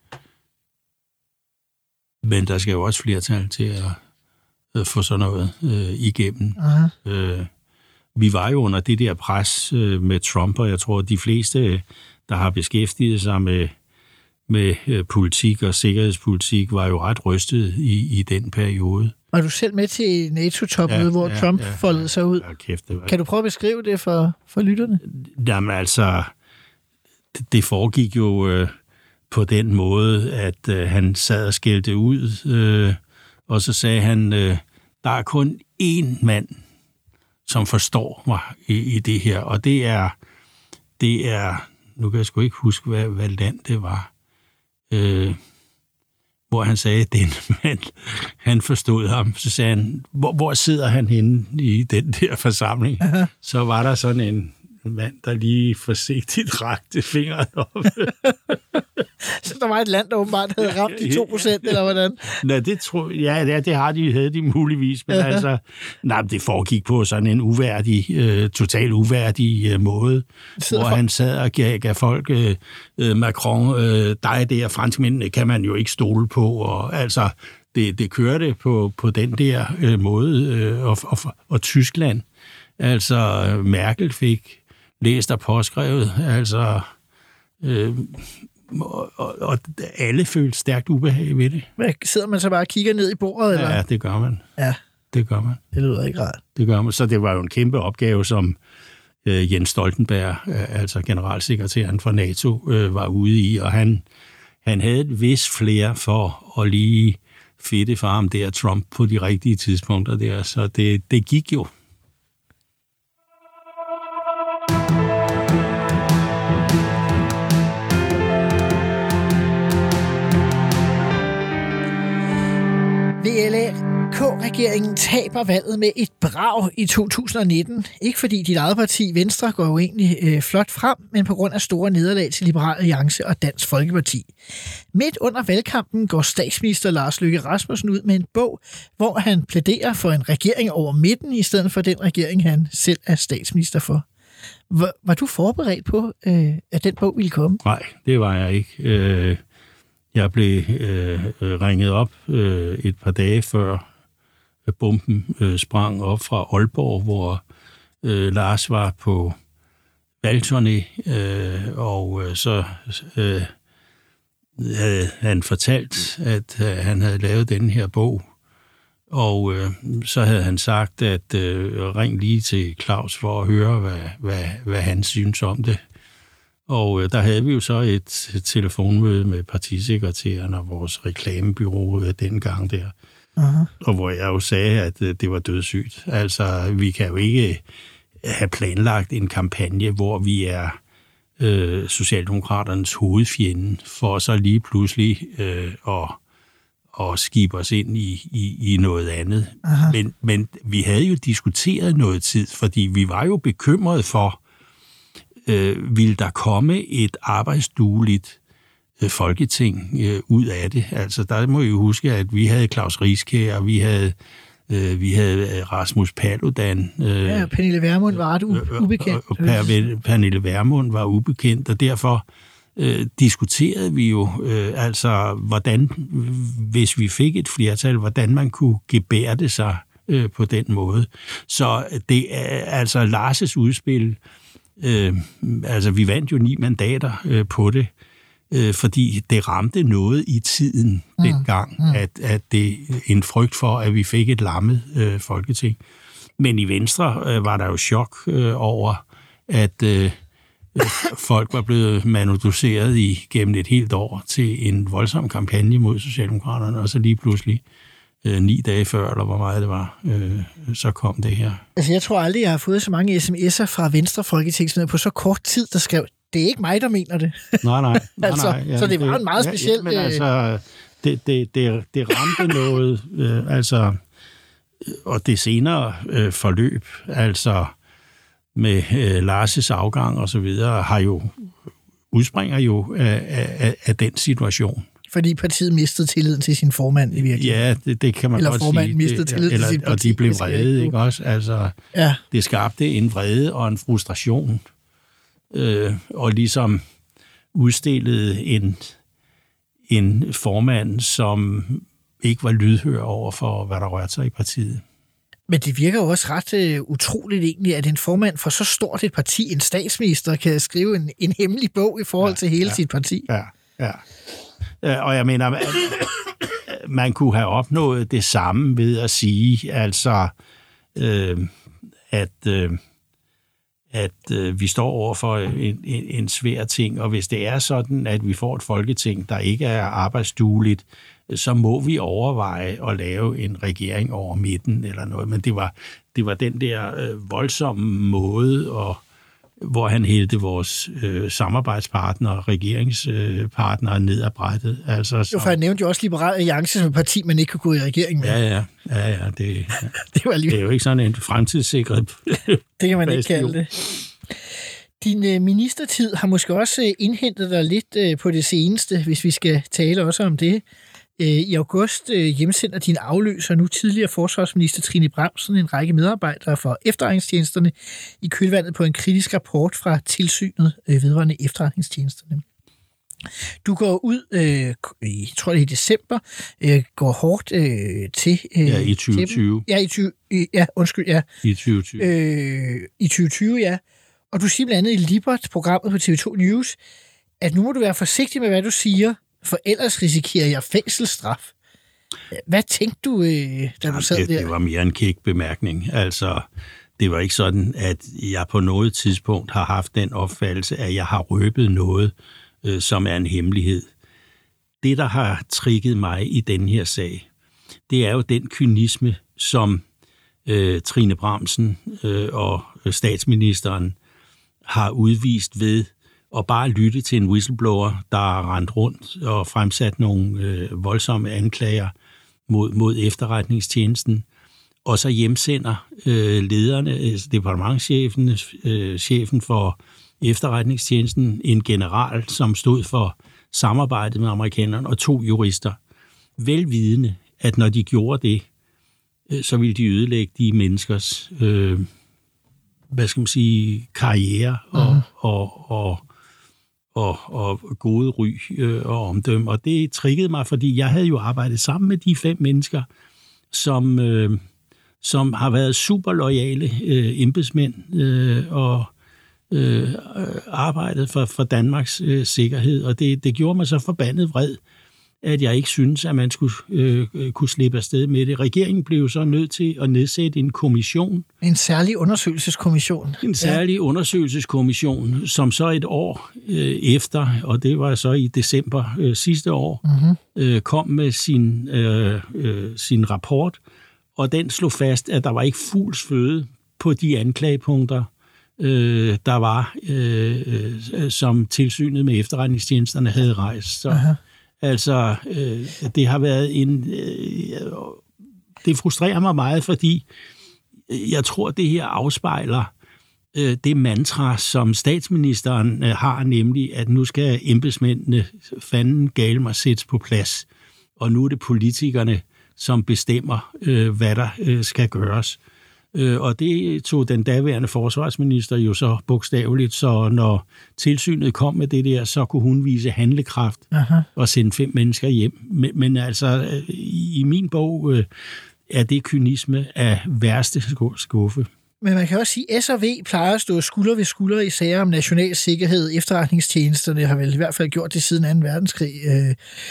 men der skal jo også flertal til at øh, få sådan noget øh, igennem. Øh, vi var jo under det der pres øh, med Trump, og jeg tror, at de fleste, der har beskæftiget sig med, med øh, politik og sikkerhedspolitik, var jo ret rystet i, i den periode. Var du selv med til NATO-topmødet, ja, hvor ja, Trump ja, foldede sig ud? Ja, kæft, det var... Kan du prøve at beskrive det for, for lytterne? Jamen altså, det, det foregik jo øh, på den måde, at øh, han sad og skældte ud, øh, og så sagde han, øh, der er kun én mand, som forstår mig i, i det her, og det er, det er, nu kan jeg sgu ikke huske, hvad, hvad land det var, øh, hvor han sagde, at den mand, han forstod ham. Så sagde han, hvor, hvor sidder han henne i den der forsamling? Aha. Så var der sådan en mand, der lige forsigtigt rakte fingeren op. Så der var et land, der åbenbart havde ramt de to procent, eller hvordan? Nej, det tror ja, det, det har de, havde de muligvis, men altså, nej, det foregik på sådan en uværdig, øh, total uværdig øh, måde, hvor for... han sad og gav, gav folk, øh, Macron, øh, dig der, franskmændene kan man jo ikke stole på, og altså, det, det kørte på, på den der øh, måde, øh, og, og, og Tyskland, altså, Merkel fik læst og påskrevet, altså, øh, og, og, og alle følte stærkt ubehag ved det. Men sidder man så bare og kigger ned i bordet, eller? Ja, det gør man. Ja. Det gør man. Det lyder ikke rart. Det gør man. Så det var jo en kæmpe opgave, som øh, Jens Stoltenberg, øh, altså generalsekretæren for NATO, øh, var ude i, og han, han havde et vis flere for at lige fedte for ham der, Trump, på de rigtige tidspunkter der, så det, det gik jo. V L A V-regeringen taber valget med et brag i to tusind nitten. Ikke fordi dit eget parti, Venstre, går jo egentlig øh, flot frem, men på grund af store nederlag til Liberal Alliance og Dansk Folkeparti. Midt under valgkampen går statsminister Lars Løkke Rasmussen ud med en bog, hvor han plæderer for en regering over midten, i stedet for den regering, han selv er statsminister for. Var, var du forberedt på, øh, at den bog ville komme? Nej, det var jeg ikke. Øh, jeg blev øh, ringet op øh, et par dage før bomben øh, sprang op fra Aalborg, hvor øh, Lars var på valgturné, øh, og øh, så øh, havde han fortalt, at øh, han havde lavet den her bog, og øh, så havde han sagt, at øh, ring lige til Claus for at høre, hvad, hvad, hvad han synes om det. Og øh, der havde vi jo så et, et telefonmøde med partisekretæren og vores reklamebyrå øh, dengang der. Uh-huh. Og hvor jeg jo sagde, at øh, det var dødssygt. Altså, vi kan jo ikke have planlagt en kampagne, hvor vi er øh, Socialdemokraternes hovedfjende, for så lige pludselig øh, at, at skibe os ind i, i, i noget andet. Uh-huh. Men, men vi havde jo diskuteret noget tid, fordi vi var jo bekymrede for, øh, ville der komme et arbejdsdueligt øh, folketing øh, ud af det. Altså, der må I jo huske, at vi havde Claus Rieskær, og vi havde Øh, vi havde Rasmus Paludan. Øh, ja, Pernille Vermund var ret u- ubekendt. Og, og per, Pernille Vermund var ubekendt, og derfor øh, diskuterede vi jo, øh, altså, hvordan, hvis vi fik et flertal, hvordan man kunne gebærde sig øh, på den måde. Så det er altså Lars' udspil, øh, altså vi vandt jo ni mandater øh, på det, Øh, fordi det ramte noget i tiden mm. dengang, mm. at, at det en frygt for, at vi fik et lammet øh, folketing. Men i Venstre øh, var der jo chok øh, over, at øh, folk var blevet manuduseret i gennem et helt år til en voldsom kampagne mod Socialdemokraterne, og så lige pludselig øh, ni dage før, eller hvor meget det var, øh, så kom det her. Altså, jeg tror aldrig, jeg har fået så mange sms'er fra Venstre Folketingsmedlemmer på så kort tid, der skrev, det er ikke mig, der mener det. Nej, nej. nej, altså, nej ja, så det var en meget speciel... Ja, ja, men altså, det, det, det, det ramte noget, øh, altså, og det senere øh, forløb, altså med øh, Lars' afgang og så videre, har jo, udspringer jo af, af, af den situation. Fordi partiet mistede tilliden til sin formand i virkeligheden. Ja, det, det kan man eller godt sige. Eller formanden mistede tilliden eller, til sin parti. Og de blev vrede, ikke også? Altså, ja. Det skabte en vrede og en frustration. Øh, og ligesom udstillede en, en formand, som ikke var lydhør over for, hvad der rørte sig i partiet. Men det virker jo også ret uh, utroligt egentlig, at en formand for så stort et parti, en statsminister, kan skrive en, en hemmelig bog i forhold ja, til hele ja, sit parti. Ja, ja. Og jeg mener, at man kunne have opnået det samme ved at sige, altså, øh, at... Øh, at øh, vi står over for en, en, en svær ting, og hvis det er sådan, at vi får et folketing, der ikke er arbejdsdueligt, så må vi overveje at lave en regering over midten eller noget. Men det var, det var den der øh, voldsomme måde, og, hvor han hældte vores øh, samarbejdspartnere, regeringspartnere ned ad brættet. Altså, så... Jo, for jeg nævnte jo også Liberal Alliance som parti, man ikke kunne gå i regering med. Ja, ja. ja, ja det, det, var lige... det er jo ikke sådan en fremtidssikret... det kan man ikke kalde det. Din øh, ministertid har måske også øh, indhentet dig lidt øh, på det seneste, hvis vi skal tale også om det. Øh, I august øh, hjemsender din afløser, nu tidligere forsvarsminister Trine Bramsen, en række medarbejdere fra efterretningstjenesterne i kølvandet på en kritisk rapport fra tilsynet øh, vedrørende efterretningstjenesterne. Du går ud, øh, jeg tror det er i december, øh, går hårdt øh, til... Øh, ja, i tyve tyve. Ja, i tyve, ja, undskyld, ja. I tyve tyve. Øh, I tyve tyve, ja. Og du siger blandt andet i Libert-programmet på T V to News, at nu må du være forsigtig med, hvad du siger, for ellers risikerer jeg fængselsstraf. Hvad tænkte du, øh, da du sad det, der? Det var mere en kæk bemærkning. Altså, det var ikke sådan, at jeg på noget tidspunkt har haft den opfattelse, at jeg har røbet noget, øh, som er en hemmelighed. Det, der har trigget mig i den her sag, det er jo den kynisme, som øh, Trine Bramsen øh, og statsministeren har udvist ved at bare lytte til en whistleblower, der er rendt rundt og fremsat nogle øh, voldsomme anklager mod, mod efterretningstjenesten, og så hjemsender øh, lederne, altså departementschefen, øh, chefen for efterretningstjenesten, en general, som stod for samarbejdet med amerikanerne, og to jurister. Velvidende, at når de gjorde det, øh, så ville de ødelægge de menneskers, øh, hvad skal man sige, karriere og, uh-huh. og, og, og, og gode ry øh, og omdømme. Og det triggede mig, fordi jeg havde jo arbejdet sammen med de fem mennesker, som, øh, som har været super loyale øh, embedsmænd øh, og øh, arbejdet for, for Danmarks øh, sikkerhed. Og det, det gjorde mig så forbandet vred, at jeg ikke synes, at man skulle øh, kunne slippe afsted med det. Regeringen blev så nødt til at nedsætte en kommission. En særlig undersøgelseskommission. En særlig ja. undersøgelseskommission, som så et år øh, efter, og det var så i december øh, sidste år, mm-hmm. øh, kom med sin, øh, øh, sin rapport, og den slog fast, at der var ikke fugls føde på de anklagepunkter, øh, der var, øh, øh, som tilsynet med efterretningstjenesterne havde rejst. Så Aha. Altså, øh, det har været en... Øh, det frustrerer mig meget, fordi jeg tror, det her afspejler øh, det mantra, som statsministeren øh, har, nemlig, at nu skal embedsmændene fanden gale mig sættes på plads, og nu er det politikerne, som bestemmer, øh, hvad der øh, skal gøres. Øh, og det tog den daværende forsvarsminister jo så bogstaveligt, så når tilsynet kom med det der, så kunne hun vise handlekraft Aha. og sende fem mennesker hjem. Men, men altså, i min bog øh, er det kynisme af værste skuffe. Men man kan også sige, at S og V plejer at stå skulder ved skulder i sager om national sikkerhed. Efterretningstjenesterne har vel i hvert fald gjort det siden anden verdenskrig. Øh,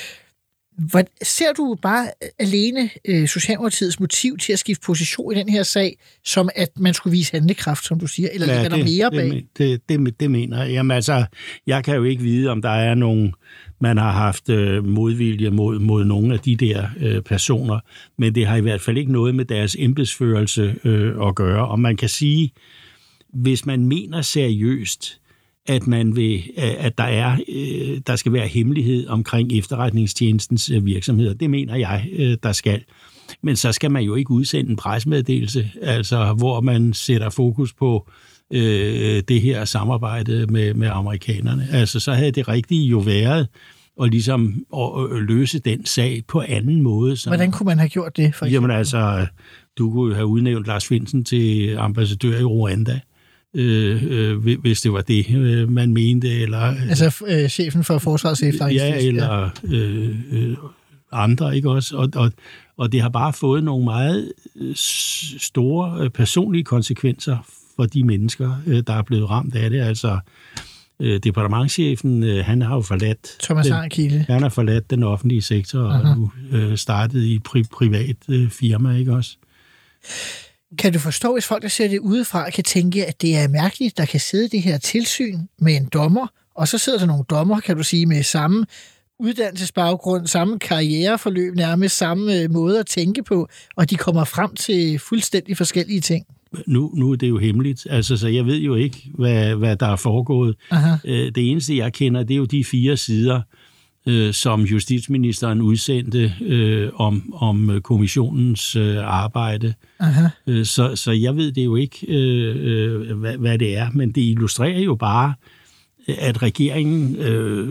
Hvad, ser du bare alene øh, Socialdemokratiets motiv til at skifte position i den her sag, som at man skulle vise handlekraft, som du siger, eller ja, ligger der mere bag? Det, det, det, det mener jeg. Jamen altså, jeg kan jo ikke vide, om der er nogen, man har haft øh, modvilje mod, mod nogle af de der øh, personer, men det har i hvert fald ikke noget med deres embedsførelse øh, at gøre. Og man kan sige, hvis man mener seriøst, at man vil, at der er, der skal være hemmelighed omkring efterretningstjenestens virksomheder. Det mener jeg, der skal. Men så skal man jo ikke udsende en pressemeddelelse, altså hvor man sætter fokus på øh, det her samarbejde med, med amerikanerne. Altså så havde det rigtige jo været at ligesom at løse den sag på anden måde. Så, hvordan kunne man have gjort det? For jamen altså, du kunne jo have udnævnt Lars Findsen til ambassadør i Rwanda. Øh, øh, hvis det var det, øh, man mente, eller... Altså øh, chefen for Forsvarets Efterretningstjeneste. Ja, eller øh, øh, andre, ikke også? Og, og, og det har bare fået nogle meget store øh, personlige konsekvenser for de mennesker, øh, der er blevet ramt af det. Altså, øh, departementschefen, øh, han har jo forladt... Thomas Arnkilde. Han har forladt den offentlige sektor, Aha. og nu øh, startet i et pri- privat øh, firma, ikke også? Kan du forstå, hvis folk, der ser det udefra, kan tænke, at det er mærkeligt, der kan sidde det her tilsyn med en dommer, og så sidder der nogle dommer, kan du sige, med samme uddannelsesbaggrund, samme karriereforløb, nærmest samme måde at tænke på, og de kommer frem til fuldstændig forskellige ting? Nu, nu er det jo hemmeligt, altså, så jeg ved jo ikke, hvad, hvad der er foregået. Aha. Det eneste, jeg kender, det er jo de fire sider, øh, som justitsministeren udsendte øh, om, om kommissionens øh, arbejde. Øh, så, så jeg ved det jo ikke, øh, hvad, hvad det er, men det illustrerer jo bare, at regeringen øh,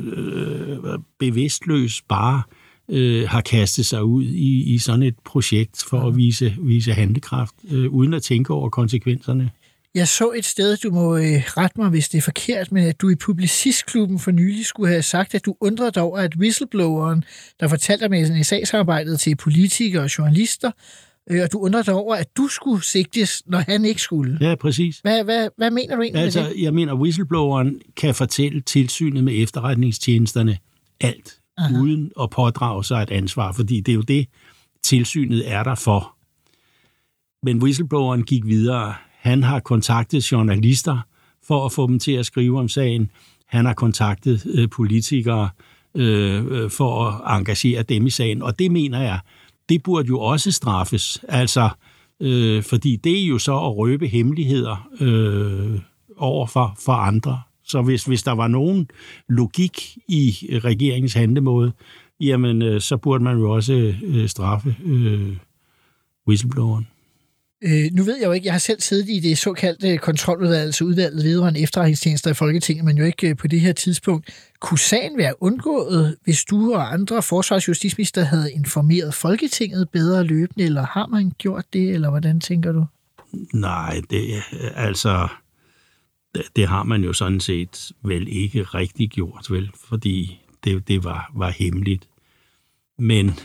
bevidstløst bare øh, har kastet sig ud i, i sådan et projekt for at vise, vise handlekraft, øh, uden at tænke over konsekvenserne. Jeg så et sted, du må øh, rette mig, hvis det er forkert, men at du i Publicistklubben for nylig skulle have sagt, at du undrede dig over, at whistlebloweren, der fortalte med i sagsarbejdet til politikere og journalister, øh, og du undrede dig over, at du skulle sigtes, når han ikke skulle. Ja, præcis. Hvad, hvad, hvad mener du egentlig altså, med det? Jeg mener, whistlebloweren kan fortælle tilsynet med efterretningstjenesterne alt, Aha. uden at pådrage sig et ansvar, fordi det er jo det, tilsynet er der for. Men whistlebloweren gik videre. Han har kontaktet journalister for at få dem til at skrive om sagen. Han har kontaktet øh, politikere øh, for at engagere dem i sagen. Og det mener jeg, det burde jo også straffes. Altså, øh, fordi det er jo så at røbe hemmeligheder øh, over for, for andre. Så hvis, hvis der var nogen logik i regeringens handlemåde, jamen øh, så burde man jo også øh, straffe øh, whistlebloweren. Øh, nu ved jeg jo ikke, jeg har selv siddet i det såkaldte kontroludvalg, altså udvalget vedrørende efterretningstjenester i Folketinget, men jo ikke på det her tidspunkt. Kunne sagen være undgået, hvis du og andre forsvarsjustitsminister havde informeret Folketinget bedre løbende, eller har man gjort det, eller hvordan tænker du? Nej, det altså det, det har man jo sådan set vel ikke rigtig gjort, vel, fordi det, det var, var hemmeligt. Men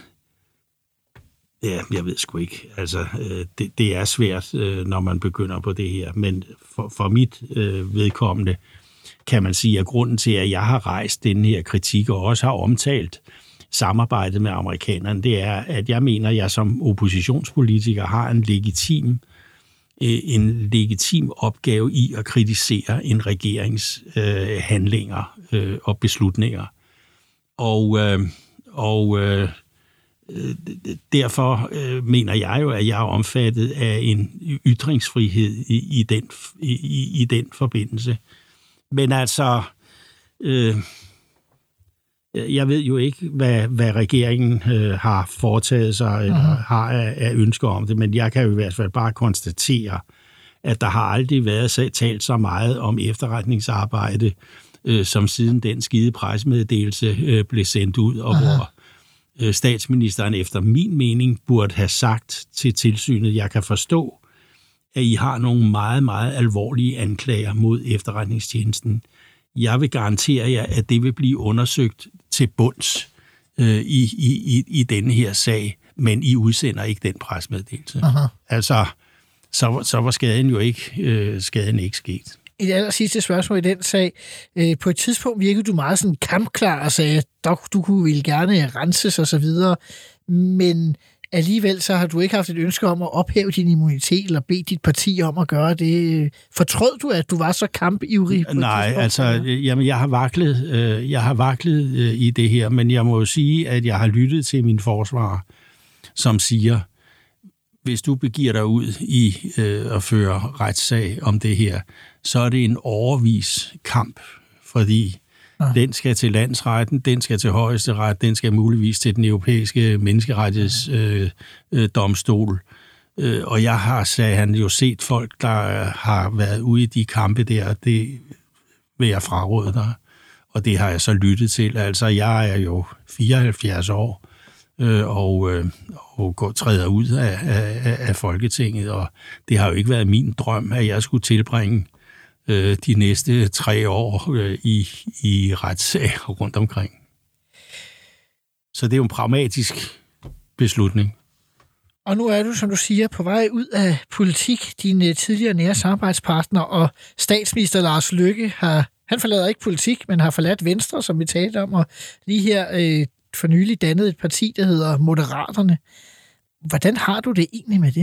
ja, jeg ved sgu ikke. Altså, det, det er svært, når man begynder på det her. Men for, for mit øh, vedkommende kan man sige, at grunden til, at jeg har rejst den her kritik og også har omtalt samarbejdet med amerikanerne, det er, at jeg mener, at jeg som oppositionspolitiker har en legitim, øh, en legitim opgave i at kritisere en regerings øh, handlinger øh, og beslutninger. Og, øh, og øh, derfor øh, mener jeg jo, at jeg er omfattet af en ytringsfrihed i, i, den, i, i den forbindelse. Men altså, øh, jeg ved jo ikke, hvad, hvad regeringen øh, har foretaget sig eller uh-huh. har af, af ønsker om det, men jeg kan jo i hvert fald bare konstatere, at der har aldrig været talt så meget om efterretningsarbejde, øh, som siden den skide pressemeddelelse øh, blev sendt ud, og uh-huh. hvor statsministeren efter min mening burde have sagt til tilsynet, jeg kan forstå, at I har nogle meget, meget alvorlige anklager mod efterretningstjenesten. Jeg vil garantere jer, at det vil blive undersøgt til bunds øh, i, i, i denne her sag, men I udsender ikke den pressemeddelelse. Aha. Altså, så, så var skaden jo ikke, øh, skaden ikke sket. Et aller sidste spørgsmål i den sag. På et tidspunkt virkede du meget sådan kampklar og sagde, at du kunne ville gerne renses og så videre, men alligevel så har du ikke haft et ønske om at ophæve din immunitet eller bede dit parti om at gøre det. Fortrød du, at du var så kampivrig? Nej, altså, jamen, jeg har vaklet, øh, jeg har vaklet øh, i det her, men jeg må jo sige, at jeg har lyttet til min forsvarer, som siger, hvis du begiver dig ud i øh, at føre retssag om det her, så er det en overvis kamp, fordi ja. den skal til landsretten, den skal til højesteret, den skal muligvis til den europæiske menneskerettighedsdomstol. Øh, øh, og jeg har, sagde han, jo set folk, der har været ude i de kampe der, det vil jeg fraråde dig. Og det har jeg så lyttet til. Altså, jeg er jo fireoghalvfjerds år, og, og går, træder ud af, af, af Folketinget, og det har jo ikke været min drøm, at jeg skulle tilbringe øh, de næste tre år øh, i, i retssager rundt omkring. Så det er jo en pragmatisk beslutning. Og nu er du, som du siger, på vej ud af politik. Din tidligere nære samarbejdspartner og statsminister Lars Løkke har, han forlader ikke politik, men har forladt Venstre, som vi talte om, og lige her øh, for nylig dannet et parti, der hedder Moderaterne. Hvordan har du det egentlig med det?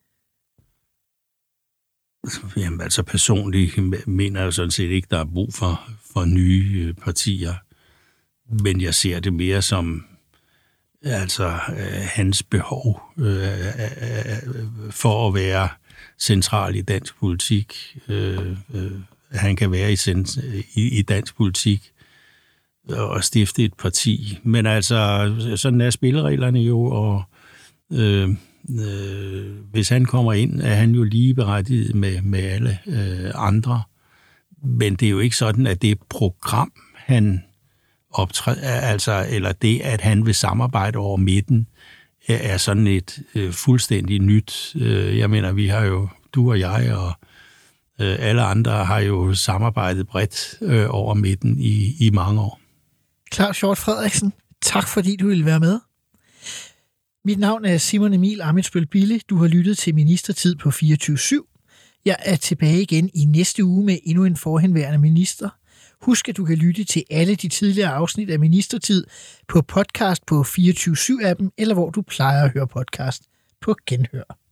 Jamen altså personligt mener jeg sådan set ikke, der er brug for, for nye partier. Men jeg ser det mere som altså øh, hans behov øh, øh, for at være central i dansk politik. Øh, øh, han kan være i, i, i dansk politik og stifte et parti. Men altså, sådan er spillereglerne jo, og øh, øh, hvis han kommer ind, er han jo lige berettiget med, med alle øh, andre. Men det er jo ikke sådan, at det program, han optræder, altså, eller det, at han vil samarbejde over midten, er sådan et øh, fuldstændig nyt. Øh, jeg mener, vi har jo, du og jeg og øh, alle andre har jo samarbejdet bredt øh, over midten i, i mange år. Claus Hjort Frederiksen, tak fordi du ville være med. Mit navn er Simon Emil Ammitzbøll Bille. Du har lyttet til Ministertid på fireogtyve syv. Jeg er tilbage igen i næste uge med endnu en forhenværende minister. Husk, at du kan lytte til alle de tidligere afsnit af Ministertid på podcast på fireogtyve syv appen, eller hvor du plejer at høre podcast. På genhør.